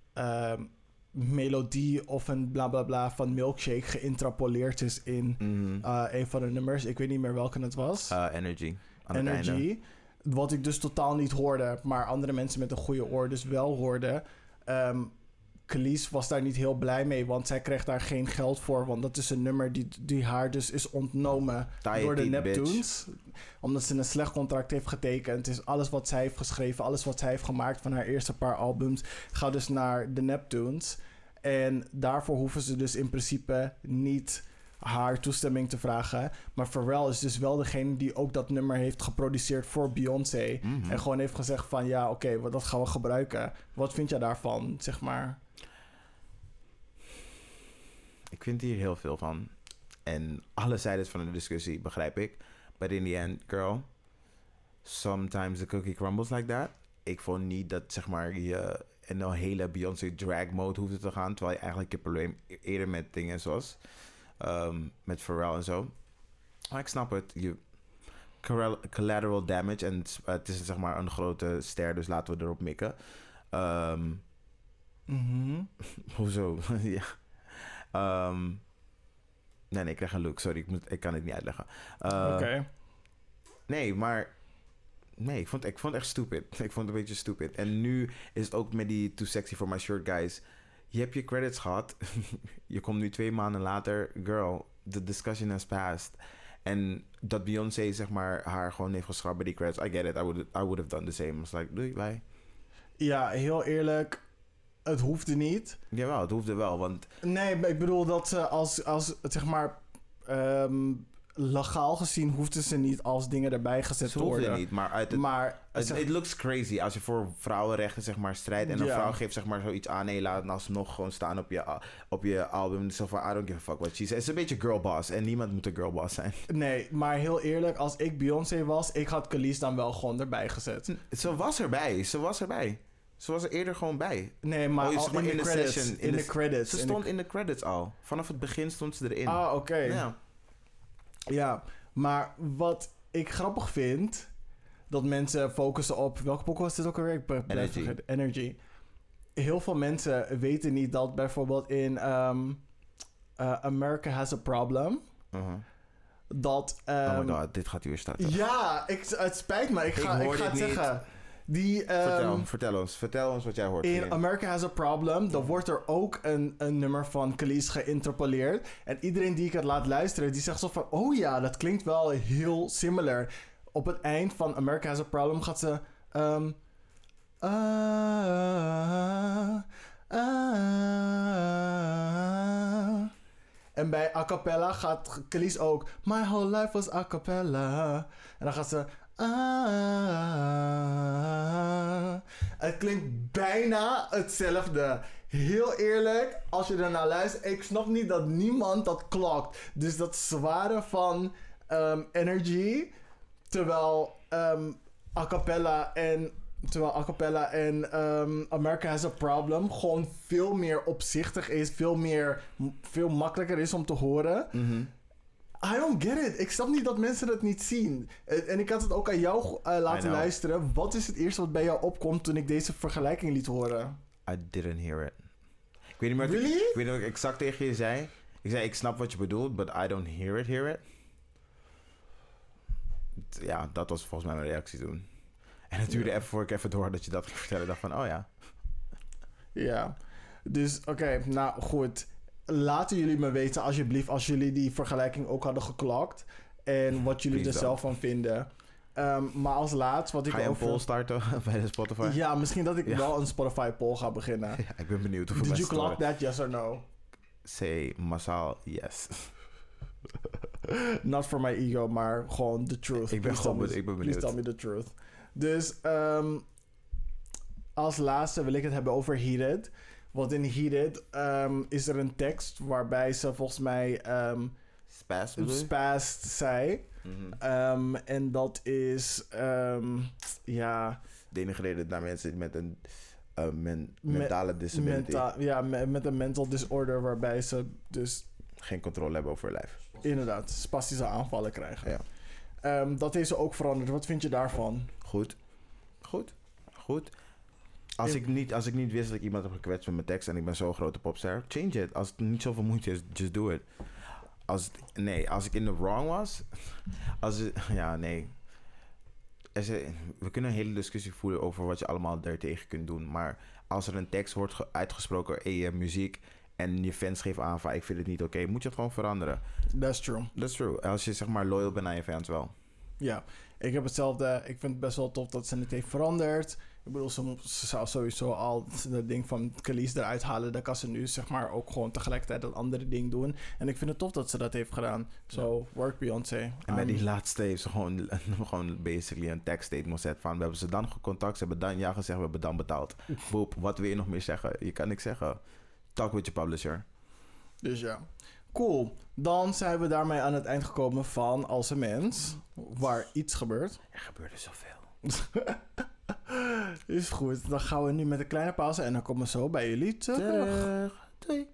melodie of een bla bla bla van Milkshake geïntrapoleerd is in een van de nummers. Ik weet niet meer welke het was. Energy. Energy. Wat ik dus totaal niet hoorde, maar andere mensen met een goede oor dus wel hoorden. Khalees was daar niet heel blij mee, want zij kreeg daar geen geld voor. Want dat is een nummer die haar dus is ontnomen door de Neptunes. Omdat ze een slecht contract heeft getekend. Het is alles wat zij heeft geschreven, alles wat zij heeft gemaakt van haar eerste paar albums, gaat dus naar de Neptunes. En daarvoor hoeven ze dus in principe niet haar toestemming te vragen. Maar Pharrell is dus wel degene die ook dat nummer heeft geproduceerd voor Beyoncé. En gewoon heeft gezegd van ja, oké, dat gaan we gebruiken. Wat vind jij daarvan, zeg maar? Ik vind hier heel veel van. En alle zijden van de discussie begrijp ik. But in the end, girl, sometimes the cookie crumbles like that. Ik vond niet dat zeg maar je in een hele Beyoncé drag mode hoefde te gaan. Terwijl je eigenlijk je probleem eerder met dingen zoals met Pharrell en zo. Maar ik snap het. Collateral damage. En het is zeg maar een grote ster, dus laten we erop mikken. Hoezo? Ja. Nee, ik krijg een look. Sorry, ik kan het niet uitleggen. Oké. Nee, maar... Nee, ik vond het echt stupid. Ik vond het een beetje stupid. En nu is het ook met die Too Sexy For My Shirt guys. Je hebt je credits gehad. Je komt nu 2 maanden later. Girl, the discussion has passed. En dat Beyoncé zeg maar haar gewoon heeft geschrapt bij die credits. I get it. I would have done the same. I was like, doei, bye. Ja, heel eerlijk. Het hoefde niet. Jawel, het hoefde wel, want... Nee, ik bedoel dat ze als zeg maar... legaal gezien hoefden ze niet als dingen erbij gezet te worden. Niet, maar het looks crazy als je voor vrouwenrechten zeg maar strijdt en een vrouw geeft zeg maar zoiets aan en laat het alsnog gewoon staan op je album. Zo van I don't give a fuck what she says. Het is een beetje girlboss en niemand moet een girlboss zijn. Nee, maar heel eerlijk, als ik Beyoncé was, ik had Khalees dan wel gewoon erbij gezet. Ze was erbij. Ze was er eerder gewoon bij. Nee, maar al in de credits. Session, in de credits. Ze stond in de credits al. Vanaf het begin stond ze erin. Ah, oké. Ja. Ja, maar wat ik grappig vind, dat mensen focussen op... Welke boek was dit ook alweer? Energy. Heel veel mensen weten niet dat bijvoorbeeld in America Has a Problem... Dat... oh my god, dit gaat hier weer starten. Ja, het spijt me. Ik ga het zeggen. Vertel ons wat jij hoort. In America Has a Problem, dan wordt er ook een nummer van Khalees geïnterpoleerd. En iedereen die ik het laat luisteren, die zegt zo van... Oh ja, dat klinkt wel heel similar. Op het eind van America Has a Problem gaat ze... En bij a cappella gaat Khalees ook... My whole life was a cappella. En dan gaat ze... Het klinkt bijna hetzelfde. Heel eerlijk, als je ernaar luistert... Ik snap niet dat niemand dat klokt. Dus dat zware van energy... Terwijl a cappella en America Has a Problem gewoon veel meer opzichtig is. Veel makkelijker is om te horen. Mm-hmm. I don't get it. Ik snap niet dat mensen dat niet zien. En ik had het ook aan jou laten luisteren. Wat is het eerste wat bij jou opkomt toen ik deze vergelijking liet horen? I didn't hear it. Ik weet niet meer Really? ik weet niet wat ik exact tegen je zei. Ik zei, ik snap wat je bedoelt, but I don't hear it. Ja, dat was volgens mij mijn reactie toen. En het duurde even voor ik even door dat je dat ging vertellen. Ik dacht van, oh ja. Ja. Dus, oké, nou goed. Laten jullie me weten, alsjeblieft, als jullie die vergelijking ook hadden geklokt. En wat jullie er zelf van vinden. Maar als laatst, wat ik Ga je een poll starten bij de Spotify? Ja, misschien dat ik wel een Spotify poll ga beginnen. Ja, ik ben benieuwd hoeveel Did mensen... you clock that, yes or no? Say massaal yes. Not for my ego, maar gewoon the truth. Ik ben Please benieuwd. Please tell me the truth. Dus als laatste wil ik het hebben over Heated. Want in Heated is er een tekst waarbij ze volgens mij spast zei. Mm-hmm. En dat is ja... Denigreren naar mensen met een mentale disability. Met een mental disorder waarbij ze dus... Geen controle hebben over hun lijf. Inderdaad, spastische aanvallen krijgen. Ja. Dat heeft ze ook veranderd. Wat vind je daarvan? Goed. Als ik niet wist dat ik iemand heb gekwetst met mijn tekst en ik ben zo'n grote popster, change it. Als het niet zoveel moeite is, just do it. Als ik in the wrong was, we kunnen een hele discussie voeren over wat je allemaal daartegen kunt doen. Maar als er een tekst wordt uitgesproken in je muziek en je fans geven aan van ik vind het niet oké, moet je het gewoon veranderen. That's true. Als je zeg maar loyal bent aan je fans wel. Ja, ik heb hetzelfde. Ik vind het best wel tof dat ze het heeft veranderd. Ik bedoel, ze zou sowieso al dat ding van Khalees eruit halen. Dan kan ze nu zeg maar ook gewoon tegelijkertijd dat andere ding doen. En ik vind het tof dat ze dat heeft gedaan. So, work Beyoncé. En bij die laatste heeft ze gewoon basically een tekst statement gezet van we hebben ze dan gecontact, ze hebben dan ja gezegd, we hebben dan betaald. Boep, wat wil je nog meer zeggen? Je kan niks zeggen. Talk with your publisher. Dus ja. Cool. Dan zijn we daarmee aan het eind gekomen van Als een Mens. Waar iets gebeurt. Er gebeurde zoveel. Is goed. Dan gaan we nu met een kleine pauze en dan komen we zo bij jullie terug. Doei.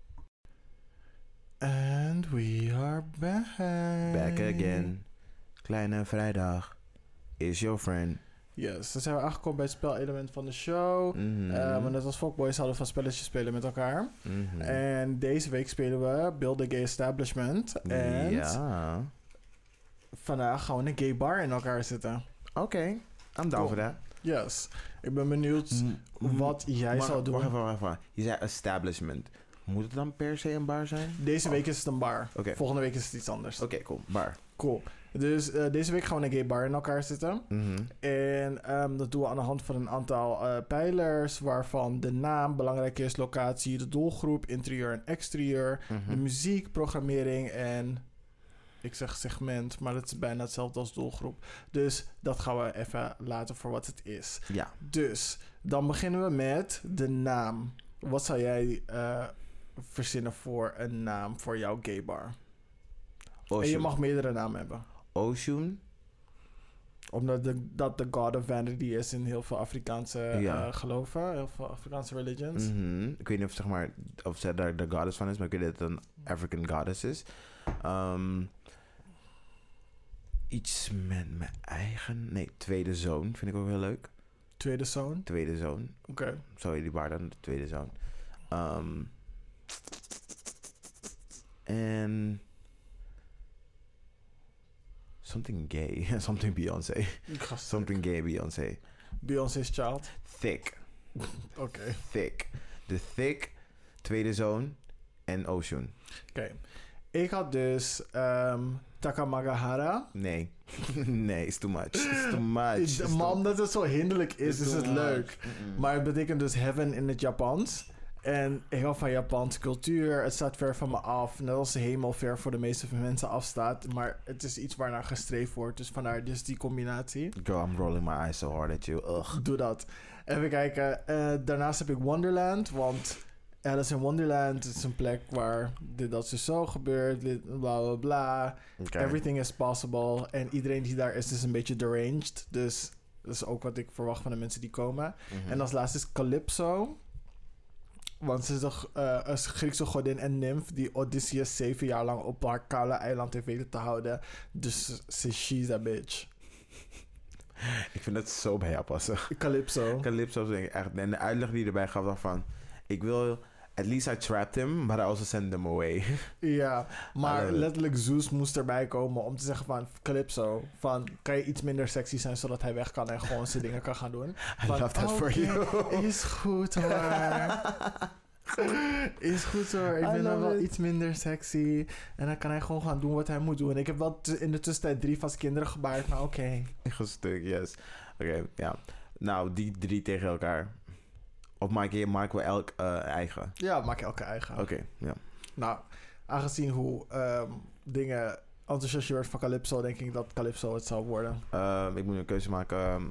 And we are back. Back again. Kleine vrijdag is your friend. Yes, dan zijn we aangekomen bij het spelelement van de show. Mm-hmm. Net als Folkboys hadden we van spelletjes spelen met elkaar. Mm-hmm. En deze week spelen we Build a Gay Establishment. En vandaag gaan we een gay bar in elkaar zitten. Oké, I'm down for that. Yes. Ik ben benieuwd wat jij zou doen. Wacht. Je zei establishment. Moet het dan per se een bar zijn? Deze week is het een bar. Okay. Volgende week is het iets anders. Oké, cool. Bar. Cool. Dus deze week gaan we een gay bar in elkaar zitten. Mm-hmm. En dat doen we aan de hand van een aantal pijlers, waarvan de naam belangrijk is, locatie, de doelgroep, interieur en exterieur, de muziek, programmering en ik zeg segment, maar dat is bijna hetzelfde als doelgroep. Dus dat gaan we even laten voor wat het is. Ja. Dus dan beginnen we met de naam. Wat zou jij verzinnen voor een naam voor jouw gay bar? Ocean. En je mag meerdere namen hebben. Ocean. Omdat dat de God of Vanity is in heel veel Afrikaanse geloven. Heel veel Afrikaanse religions. Mm-hmm. Ik weet niet of, zeg maar, of zij daar de goddess van is, maar ik weet dat het een African goddess is. Iets met mijn eigen... Nee, tweede zoon vind ik ook heel leuk. Tweede zoon? Tweede zoon. Oké. Zo heet die bar dan, de tweede zoon. En... Something gay. Something Beyoncé. Something gay Beyoncé. Beyoncé's Child. Thick. Oké. Thick. De Thick, tweede zoon en Ocean. Oké. Ik had dus Takamagahara. Nee. Nee, it's too much. It's too much. Maar omdat het zo hinderlijk is It's het too leuk. much. Maar het betekent dus heaven in het Japans. En ik hou van Japanse cultuur. Het staat ver van me af. Net als de hemel ver voor de meeste mensen afstaat. Maar het is iets waarnaar gestreefd wordt. Dus vandaar dus die combinatie. Girl, I'm rolling my eyes so hard at you. Ugh. Doe dat. Even kijken. Daarnaast heb ik Wonderland. Want Alice in Wonderland is een plek waar dat zo gebeurt. Bla bla bla. Okay. Everything is possible. En iedereen die daar is een beetje deranged. Dus dat is ook wat ik verwacht van de mensen die komen. Mhm. En als laatste is Calypso. Want ze is een Griekse godin en nymf die Odysseus 7 jaar lang op haar koude eiland heeft weten te houden. Dus she's a bitch. Ik vind het zo bij jou passen. Calypso. Calypso denk ik echt. En de uitleg die je erbij gaf, dacht van... Ik wil... At least I trapped him, but I also sent him away. Ja, maar love it. letterlijk Zeus moest erbij komen om te zeggen van... Calypso, van kan je iets minder sexy zijn zodat hij weg kan en gewoon zijn dingen kan gaan doen? I love that for you. Is goed hoor. Is goed hoor. Ik I ben dan love wel it. iets minder sexy. En dan kan hij gewoon gaan doen wat hij moet doen. Ik heb wel in de tussentijd 3 van zijn kinderen gebaard, maar oké. Een stuk, yes. Oké, ja. Nou, die 3 tegen elkaar. Of maken we elk eigen? Ja, maak je elke eigen. Oké, ja. Nou, aangezien hoe dingen enthousiast je wordt van Calypso, denk ik dat Calypso het zou worden. Ik moet een keuze maken.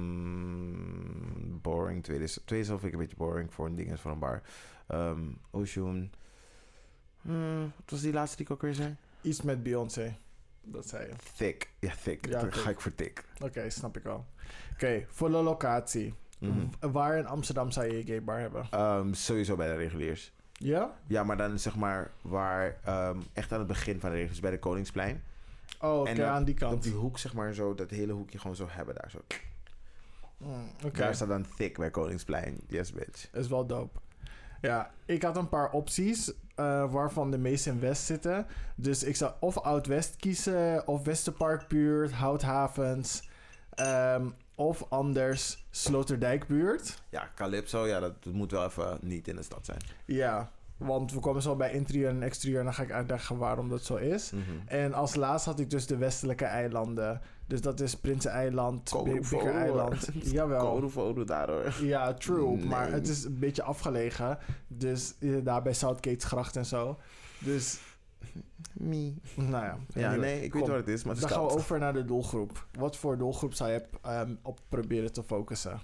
Boring. 2 is vind ik een beetje boring voor een ding is voor een bar. Ocean. Wat was die laatste die ik ook weer zei? Iets met Beyoncé. Dat zei je. Thick. Ja, thick. Ja, Dan thick. ga ik voor thick. Oké, snap ik wel. Oké, voor de locatie. Mhm. Waar in Amsterdam zou je gay bar hebben? Sowieso bij de reguliers. Ja? Ja, maar dan zeg maar waar... echt aan het begin van de reguliers. Bij de Koningsplein. Oh, oké, En dan aan die Op kant. die hoek zeg maar zo. Dat hele hoekje gewoon zo hebben daar zo. Oké, Daar staat dan thick bij Koningsplein. Yes, bitch. is wel dope. Ja, ik had een paar opties, waarvan de meeste in West zitten. Dus ik zou of Oud-West kiezen, of Westerparkbuurt, Houthavens, of anders Sloterdijkbuurt. Ja, Calypso. Ja, dat moet wel even niet in de stad zijn. Ja, want we komen zo bij interieur en exterieur en dan ga ik uitleggen waarom dat zo is. Mhm. En als laatst had ik dus de westelijke eilanden. Dus dat is Prinseneiland, Koruvo, Bikkereiland. Jawel. Koruvo daar hoor. Ja, true. Nee. Maar het is een beetje afgelegen. Dus daar bij Southgatesgracht en zo. Dus, Me. nou ja. Ja, anyway. nee, ik weet Kom, wat het is, maar het Dan is gaan we koud. over naar de doelgroep. Wat voor doelgroep zou je op proberen te focussen?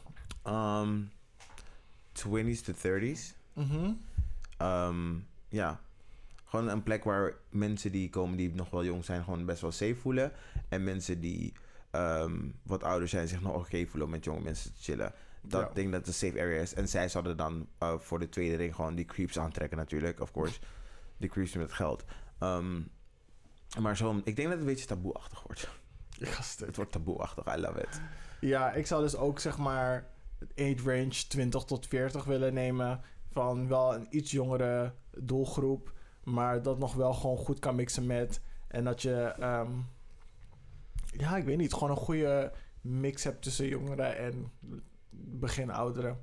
20s to 30s. Mhm. Ja. Gewoon een plek waar mensen die komen die nog wel jong zijn, gewoon best wel safe voelen. En mensen die wat ouder zijn, zich nog oké voelen om met jonge mensen te chillen. Dat Ja. denk dat het een safe area is. En zij zouden dan voor de tweede ring gewoon die creeps aantrekken natuurlijk, of course. Die creeps met geld. Maar zo, ik denk dat het een beetje taboeachtig wordt. Ja, stuk. Het wordt taboeachtig, I love it. Ja, ik zou dus ook zeg maar het age range 20 tot 40 willen nemen. Van wel een iets jongere doelgroep. Maar dat nog wel gewoon goed kan mixen met. En dat je, ja, ik weet niet, gewoon een goede mix hebt tussen jongeren en begin ouderen.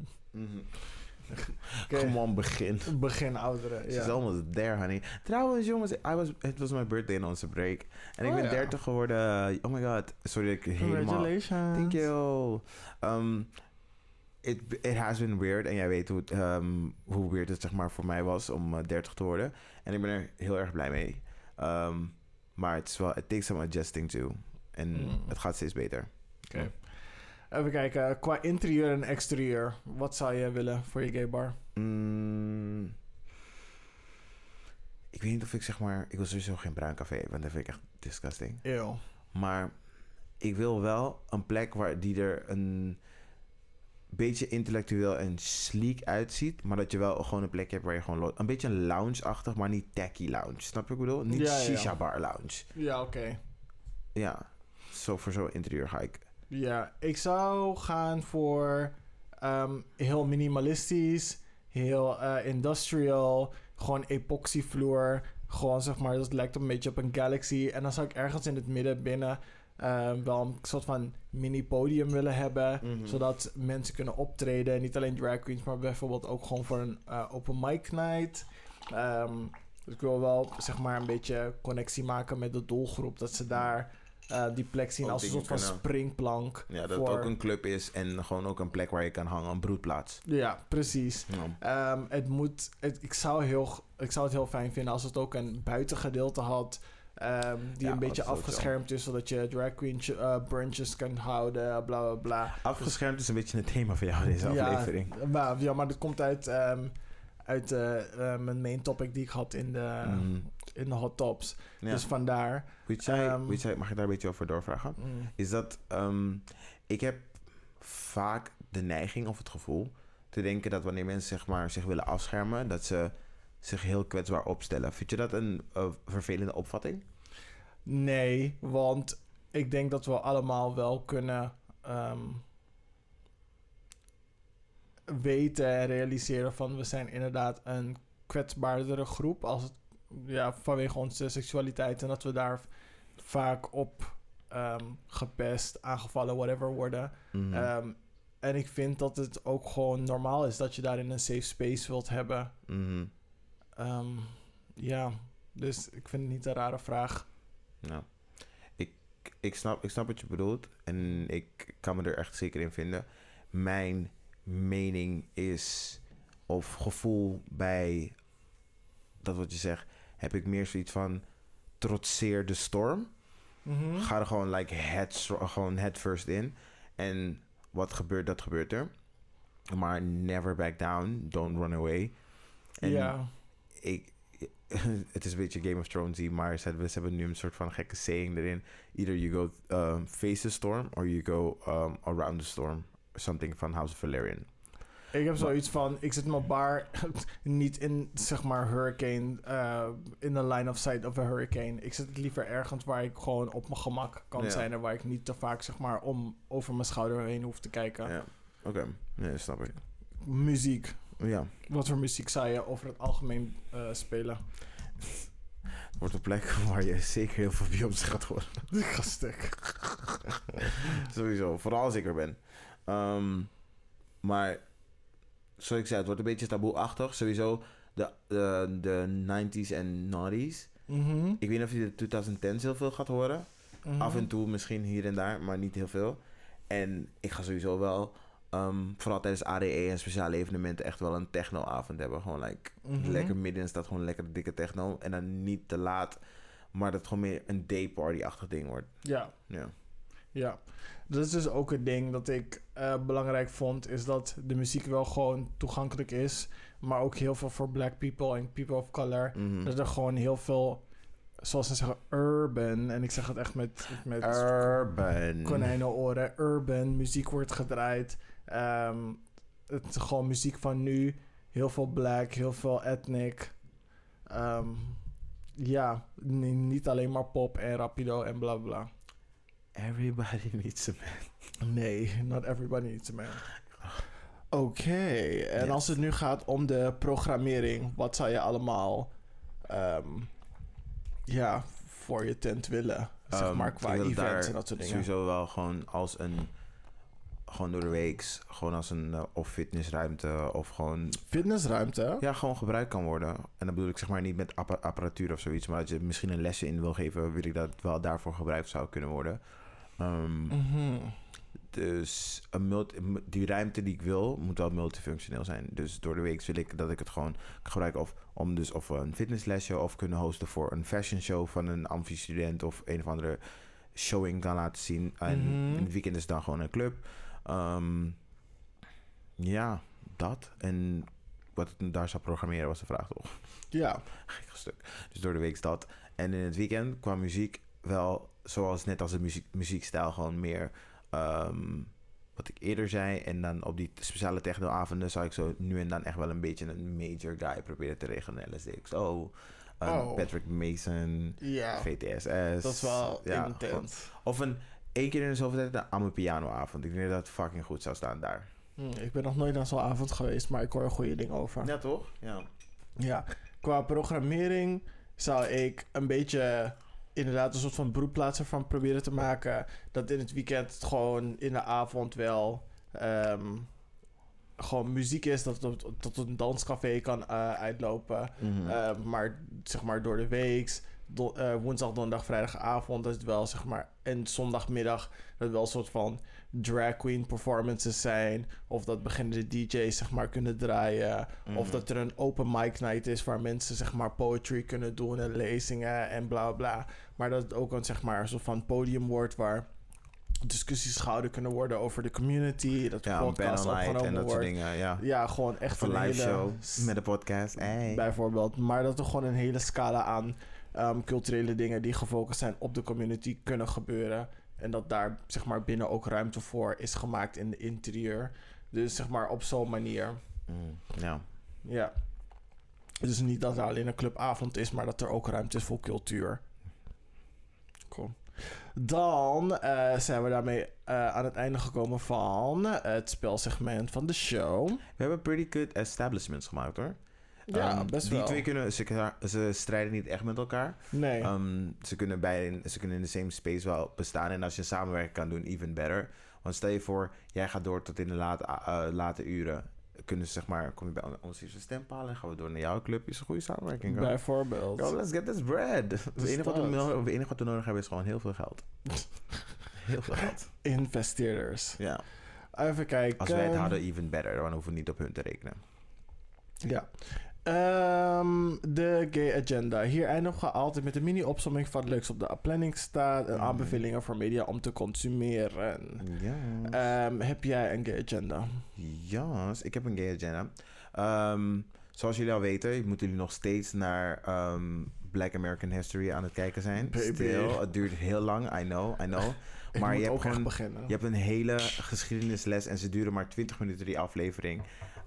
Oké. Gewoon begin. Begin ouderen, She's ja. almost there, honey. Trouwens, jongens, it was my birthday in onze break. En ik Oh, ben ja. 30 geworden. Oh my god. Sorry dat ik helemaal... Congratulations. Thank you. It has been weird. En jij weet hoe weird het zeg maar voor mij was om 30 te worden. En ik ben er heel erg blij mee. Maar het is wel... It takes some adjusting to. En het gaat steeds beter. Oké. Even kijken, qua interieur en exterieur. Wat zou je willen voor je gay bar? Ik weet niet of ik zeg maar... Ik wil sowieso geen bruin café, want dat vind ik echt disgusting. Eeuw. Maar ik wil wel een plek waar die er een beetje intellectueel en sleek uitziet. Maar dat je wel gewoon een plek hebt waar je gewoon... Een beetje een lounge-achtig, maar niet tacky lounge. Snap je wat ik bedoel? Niet Ja, ja. shisha bar lounge. Ja, oké. Ja, voor zo'n interieur ga ik. Ja, ik zou gaan voor heel minimalistisch, heel industrial, gewoon epoxyvloer. Gewoon zeg maar, dat lijkt een beetje op een Galaxy. En dan zou ik ergens in het midden binnen wel een soort van mini-podium willen hebben. Mhm. Zodat mensen kunnen optreden. Niet alleen drag queens, maar bijvoorbeeld ook gewoon voor een open mic night. Dus ik wil wel, zeg maar, een beetje connectie maken met de doelgroep. Dat ze daar die plek zien Ook als een soort van dingen kunnen- springplank. Ja, dat voor... het ook een club is en gewoon ook een plek waar je kan hangen, een broedplaats. Ja, precies. Ja. Ik zou het heel fijn vinden als het ook een buitengedeelte had. Die Ja, een beetje dat is ook afgeschermd is, zodat je drag queen brunches kan houden, bla bla bla. Afgeschermd is een beetje het thema van jou deze aflevering. Maar dit komt uit mijn main topic die ik had in de hot tops. Ja. Dus vandaar. Weet jij, mag ik daar een beetje over doorvragen? Is dat... ik heb vaak de neiging of het gevoel te denken dat wanneer mensen zeg maar, zich willen afschermen, dat ze zich heel kwetsbaar opstellen. Vind je dat een vervelende opvatting? Nee, want ik denk dat we allemaal wel kunnen weten en realiseren van we zijn inderdaad een kwetsbaardere groep als het, vanwege onze seksualiteit en dat we daar vaak op gepest, aangevallen, whatever worden. Mhm. En ik vind dat het ook gewoon normaal is dat je daarin een safe space wilt hebben. Mhm. Dus ik vind het niet een rare vraag. Ja. Ik snap wat je bedoelt en ik kan me er echt zeker in vinden. Mijn mening is, of gevoel bij dat wat je zegt, heb ik meer zoiets van trotseer de storm. Mhm. Ga er gewoon head first in. En wat gebeurt, dat gebeurt er. Maar never back down. Don't run away. En het is een beetje Game of Thrones-y, maar ze hebben nu een soort van gekke saying erin. Either you go face the storm or you go around the storm. Something van House of Valerian. Ik heb zoiets van, ik zit mijn bar niet in, zeg maar, hurricane, in de line of sight of a hurricane. Ik zit het liever ergens waar ik gewoon op mijn gemak kan zijn en waar ik niet te vaak, zeg maar, over mijn schouder heen hoef te kijken. Ja, oké. Nee, dat snap ik. Muziek. Ja. Wat voor muziek zou je over het algemeen spelen? Het wordt een plek waar je zeker heel veel Beyoncé gaat horen. Ik ga stuk. Sowieso, vooral als ik er ben. Maar zoals ik zei, het wordt een beetje taboe-achtig. Sowieso de 90s en 90s. Mhm. Ik weet niet of je de 2010's heel veel gaat horen. Mhm. Af en toe misschien hier en daar, maar niet heel veel. En ik ga sowieso wel, vooral tijdens ADE en speciale evenementen, echt wel een technoavond hebben. Gewoon lekker midden in staat gewoon lekker dikke techno. En dan niet te laat, maar dat het gewoon meer een dayparty-achtig ding wordt. Ja. Dat is dus ook het ding dat ik belangrijk vond, is dat de muziek wel gewoon toegankelijk is, maar ook heel veel voor black people en people of color. Mhm. Dat er gewoon heel veel, zoals ze zeggen, urban, en ik zeg het echt met Urban. konijnenoren, urban muziek wordt gedraaid. Het is gewoon muziek van nu, heel veel black, heel veel ethnic. Niet alleen maar pop en rapido en bla bla. Everybody needs a man. Nee, not everybody needs a man. Oké, en Yes. als het nu gaat om de programmering, wat zou je allemaal voor je tent willen? Zeg maar qua ik wil events daar en dat soort dingen. sowieso wel gewoon als een, gewoon door de weeks, gewoon als een of fitnessruimte of gewoon, Fitnessruimte? ja, gewoon gebruikt kan worden. En dan bedoel ik zeg maar niet met apparatuur of zoiets, maar dat je misschien een lesje in wil geven, wil ik dat het wel daarvoor gebruikt zou kunnen worden. Dus die ruimte die ik wil, moet wel multifunctioneel zijn. Dus door de week wil ik dat ik het gewoon gebruik om dus of een fitnesslesje of kunnen hosten voor een fashion show van een amfi-student of een of andere showing kan laten zien. En in het weekend is het dan gewoon een club. Dat. En wat ik daar zou programmeren was de vraag toch? Ja. Gek stuk. Dus door de week is dat. En in het weekend qua muziek wel, zoals net als de muziekstijl, gewoon meer wat ik eerder zei. En dan op die speciale technoavonden zou ik zo nu en dan echt wel een beetje een major guy proberen te regelen. LSDXO, Patrick Mason, Ja. VTSS. Dat is wel ja, intens. Of één keer in de zoveel tijd een Amapiano-avond. Ik denk dat het fucking goed zou staan daar. Ik ben nog nooit naar zo'n avond geweest, maar ik hoor er goede dingen over. Ja, toch? Ja. Ja, qua programmering zou ik een beetje inderdaad een soort van broedplaats ervan proberen te maken. Dat in het weekend het gewoon in de avond wel gewoon muziek is. Dat het tot een danscafé kan uitlopen. Maar zeg maar door de week. Woensdag, donderdag, vrijdagavond. Dat is wel zeg maar. En zondagmiddag. Dat wel een soort van drag queen performances zijn. Of dat beginnende DJ's zeg maar kunnen draaien. Of dat er een open mic night is waar mensen zeg maar poetry kunnen doen en lezingen en bla bla. Maar dat het ook een zeg maar een soort van podium wordt waar discussies gehouden kunnen worden over de community. Dat de podcast opgenomen en dat wordt. soort dingen, ja. Ja, gewoon echt een live hele show met een podcast. Hey. Bijvoorbeeld. Maar dat er gewoon een hele scala aan culturele dingen die gefocust zijn op de community kunnen gebeuren. En dat daar zeg maar binnen ook ruimte voor is gemaakt in de interieur. Dus zeg maar op zo'n manier. Ja. Ja. Dus niet dat er alleen een clubavond is, maar dat er ook ruimte is voor cultuur. Cool. Dan zijn we daarmee aan het einde gekomen van het spelsegment van de show. We hebben pretty good establishments gemaakt, hoor. Ja, best wel. Die twee ze strijden niet echt met elkaar. Nee. Ze kunnen in de same space wel bestaan. En als je samenwerking kan doen, even better. Want stel je voor, jij gaat door tot in de late uren. Kunnen ze zeg maar, kom je bij ons hier zijn stempalen en gaan we door naar jouw club. Is een goede samenwerking. Girl. Bijvoorbeeld. Yo, let's get this bread. Het enige wat we nodig hebben is gewoon heel veel geld. Heel veel geld. Investeerders. Ja. Even kijken. Als wij het hadden, even better. Dan hoeven we niet op hun te rekenen. Ja. De gay agenda. Hier eindigen we altijd met een mini-opsomming van het leuks op de planning staat en aanbevelingen voor media om te consumeren. Ja. Heb jij een gay agenda? Ja, ik heb een gay agenda. Zoals jullie al weten, moeten jullie nog steeds naar Black American History aan het kijken zijn. Baby. Stil, het duurt heel lang, I know. Maar je hebt ook echt gewoon beginnen. Je hebt een hele geschiedenisles en ze duren maar 20 minuten die aflevering.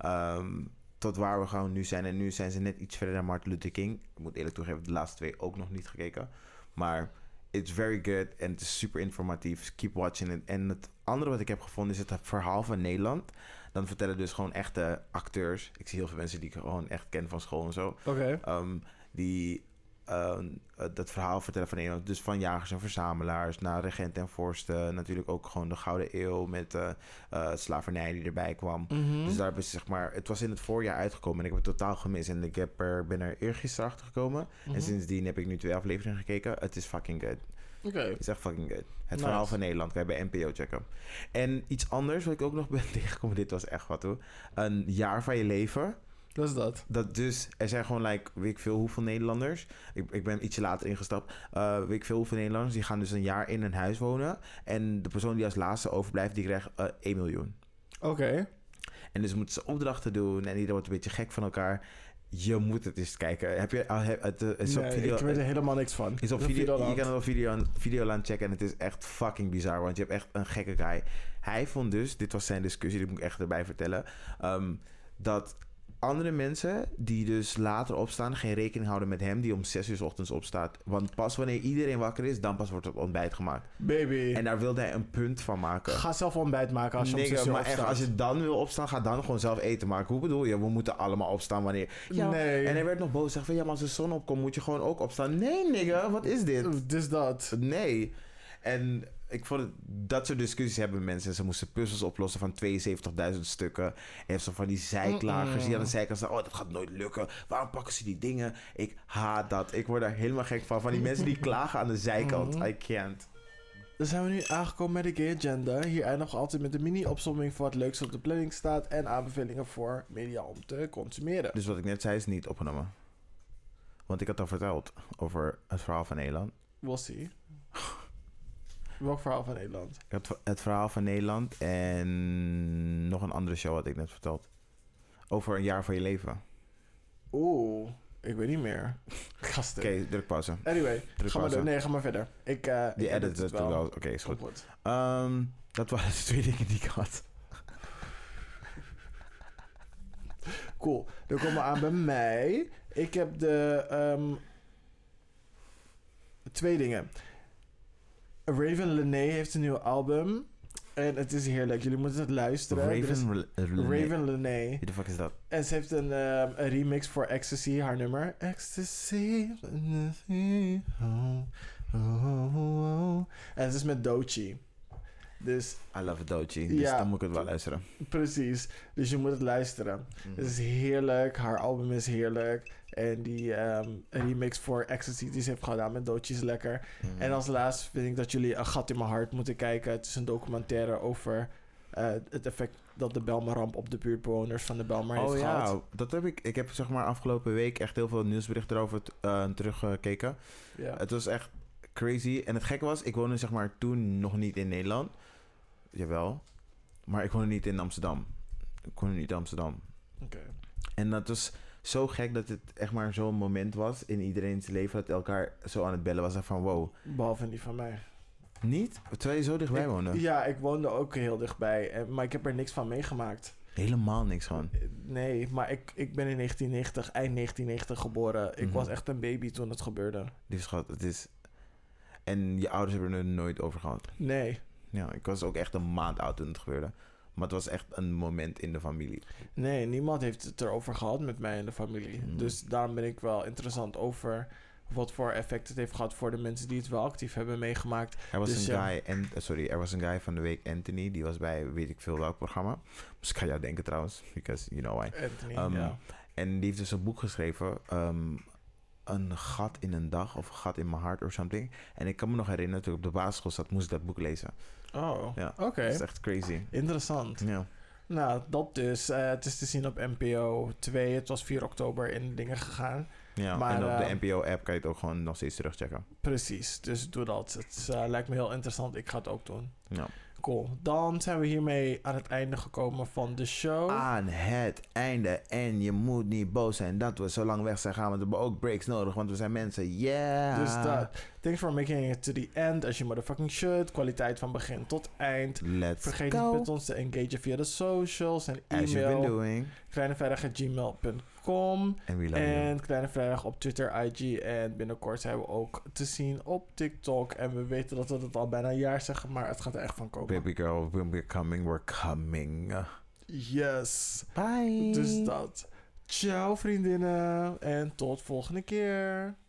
Tot waar we gewoon nu zijn. En nu zijn ze net iets verder dan Martin Luther King. Ik moet eerlijk toegeven, de laatste 2 ook nog niet gekeken. Maar it's very good en het is super informatief. Keep watching it. En het andere wat ik heb gevonden is het verhaal van Nederland. Dan vertellen dus gewoon echte acteurs. Ik zie heel veel mensen die ik gewoon echt ken van school en zo. Oké. Die dat verhaal vertellen van Nederland. Dus van jagers en verzamelaars naar regent en vorsten. Natuurlijk ook gewoon de Gouden Eeuw met slavernij die erbij kwam. Mhm. Dus daar hebben ze zeg maar... Het was in het voorjaar uitgekomen en ik heb het totaal gemist. En ik ben er eergisteren achter gekomen. En sindsdien heb ik nu 2 afleveringen gekeken. Het is fucking good. Oké. Het is echt fucking good. Het Nice. verhaal van Nederland. Kan je bij NPO checken. En iets anders wat ik ook nog ben tegengekomen. Dit was echt wat hoor. Een jaar van je leven. Dat is dat. Dat dus, er zijn gewoon weet ik veel hoeveel Nederlanders. Ik ben ietsje later ingestapt. Weet ik veel hoeveel Nederlanders. Die gaan dus een jaar in een huis wonen. En de persoon die als laatste overblijft, die krijgt 1 miljoen. Oké. En dus moeten ze opdrachten doen. En iedereen wordt een beetje gek van elkaar. Je moet het eens kijken. Heb je is op Nee, video, ik weet er helemaal niks van. is op video, je kan het op Videoland checken. En het is echt fucking bizar. Want je hebt echt een gekke guy. Hij vond dus, dit was zijn discussie, dit moet ik echt erbij vertellen. Dat andere mensen die dus later opstaan, geen rekening houden met hem die om 6 uur 's ochtends opstaat. Want pas wanneer iedereen wakker is, dan pas wordt het ontbijt gemaakt. Baby. En daar wilde hij een punt van maken. Ga zelf ontbijt maken als je om 6 uur maar opstaat. echt, als je dan wil opstaan, ga dan gewoon zelf eten maken. Hoe bedoel je? We moeten allemaal opstaan wanneer... Ja, Nee. En hij werd nog boos. Zeg van, ja, maar als de zon opkomt, moet je gewoon ook opstaan. Nee, nigga, wat is dit? Dus dat. Nee. En ik vond het, dat soort discussies hebben mensen. Ze moesten puzzels oplossen van 72.000 stukken. En je hebt zo van die zijklagers die aan de zijkant staan. Oh, dat gaat nooit lukken. Waarom pakken ze die dingen? Ik haat dat. Ik word daar helemaal gek van. Van die mensen die klagen aan de zijkant. I can't. Dan zijn we nu aangekomen met de gay agenda. Hier eindigen we altijd met een mini-opsomming voor het leukste op de planning staat. En aanbevelingen voor media om te consumeren. Dus wat ik net zei is niet opgenomen. Want ik had al verteld over het verhaal van Nederland. We'll see. Welk verhaal van Nederland? Ik had het verhaal van Nederland en nog een andere show had ik net verteld. Over een jaar van je leven. Oeh, ik weet niet meer. Gasten. Oké, druk pauze. Anyway, Druk ga maar pauze. door. Nee, ga maar verder. Ik edit het wel. Oké, is goed. Goed. Dat waren de 2 dingen die ik had. Cool. Dan komen we aan bij mij. Ik heb de 2 dingen. Raven Lené heeft een nieuw album. En het is heerlijk. Jullie moeten het luisteren. Raven Lené. Wie de fuck is dat? En ze heeft een remix voor Ecstasy, haar nummer. Ecstasy. Oh, oh, oh, oh. En het is met Doechii. Dus I love a Doechii, dus Ja. dan moet ik het wel luisteren. precies. Dus je moet het luisteren. Het is heerlijk. Haar album is heerlijk. En die remix voor Ecstasy die ze heeft gedaan met Doechii is lekker. Mhm. En als laatst vind ik dat jullie Een gat in mijn hart moeten kijken. Het is een documentaire over het effect dat de Bijlmerramp op de buurtbewoners van de Bijlmer heeft gehad. ja, dat heb ik heb zeg maar afgelopen week echt heel veel nieuwsberichten erover teruggekeken. Ja. Het was echt crazy. En het gekke was, ik woonde zeg maar toen nog niet in Nederland. Jawel. Maar ik woonde niet in Amsterdam. Ik woonde niet in Amsterdam. Oké. En dat was zo gek dat het echt maar zo'n moment was in iedereen's leven dat elkaar zo aan het bellen was. En van wow. Behalve die van mij. Niet? Terwijl je zo dichtbij woonde? Ja, ik woonde ook heel dichtbij. Maar ik heb er niks van meegemaakt. Helemaal niks van. Nee, maar ik ben in 1990, eind 1990 geboren. Ik Mhm. was echt een baby toen het gebeurde. Lieve schat, het is... En je ouders hebben er nooit over gehad. Nee. Ja, ik was ook echt een maand oud toen het gebeurde. Maar het was echt een moment in de familie. Nee, niemand heeft het erover gehad met mij en de familie. Mm. Dus daarom ben ik wel interessant over wat voor effect het heeft gehad voor de mensen die het wel actief hebben meegemaakt. Er was Dus een ja. guy, er was een guy van de week, Anthony, die was bij weet ik veel welk programma. Dus ik ga jou denken trouwens, because you know why. Anthony, ja. En die heeft dus een boek geschreven, Een gat in een dag of Een gat in mijn hart of something. En ik kan me nog herinneren, toen ik op de basisschool zat, moest ik dat boek lezen. Oh, Ja, oké. Dat is echt crazy. Interessant. Ja. Nou, dat dus. Het is te zien op NPO 2. Het was 4 oktober in dingen gegaan. Ja, Maar, en op de NPO-app kan je het ook gewoon nog steeds terugchecken. Precies, dus doe dat. Het lijkt me heel interessant. Ik ga het ook doen. Ja. Cool. Dan zijn we hiermee aan het einde gekomen van de show. Aan het einde. En je moet niet boos zijn dat we zo lang weg zijn gaan. Want we hebben ook breaks nodig, want we zijn mensen. Yeah. Dus dat. Thanks for making it to the end. As you motherfucking should. Kwaliteit van begin tot eind. Let's Vergeet go. niet met ons te engagen via de socials en As you've been e-mail. doing. kleinevrijdag@gmail.com. And we love you. En Kleine Vrijdag op Twitter, IG. En binnenkort zijn we ook te zien op TikTok. En we weten dat we het al bijna een jaar zeggen, maar het gaat er echt van komen. Baby girl, we're coming. Yes. Bye. Dus dat. Ciao vriendinnen. En tot volgende keer.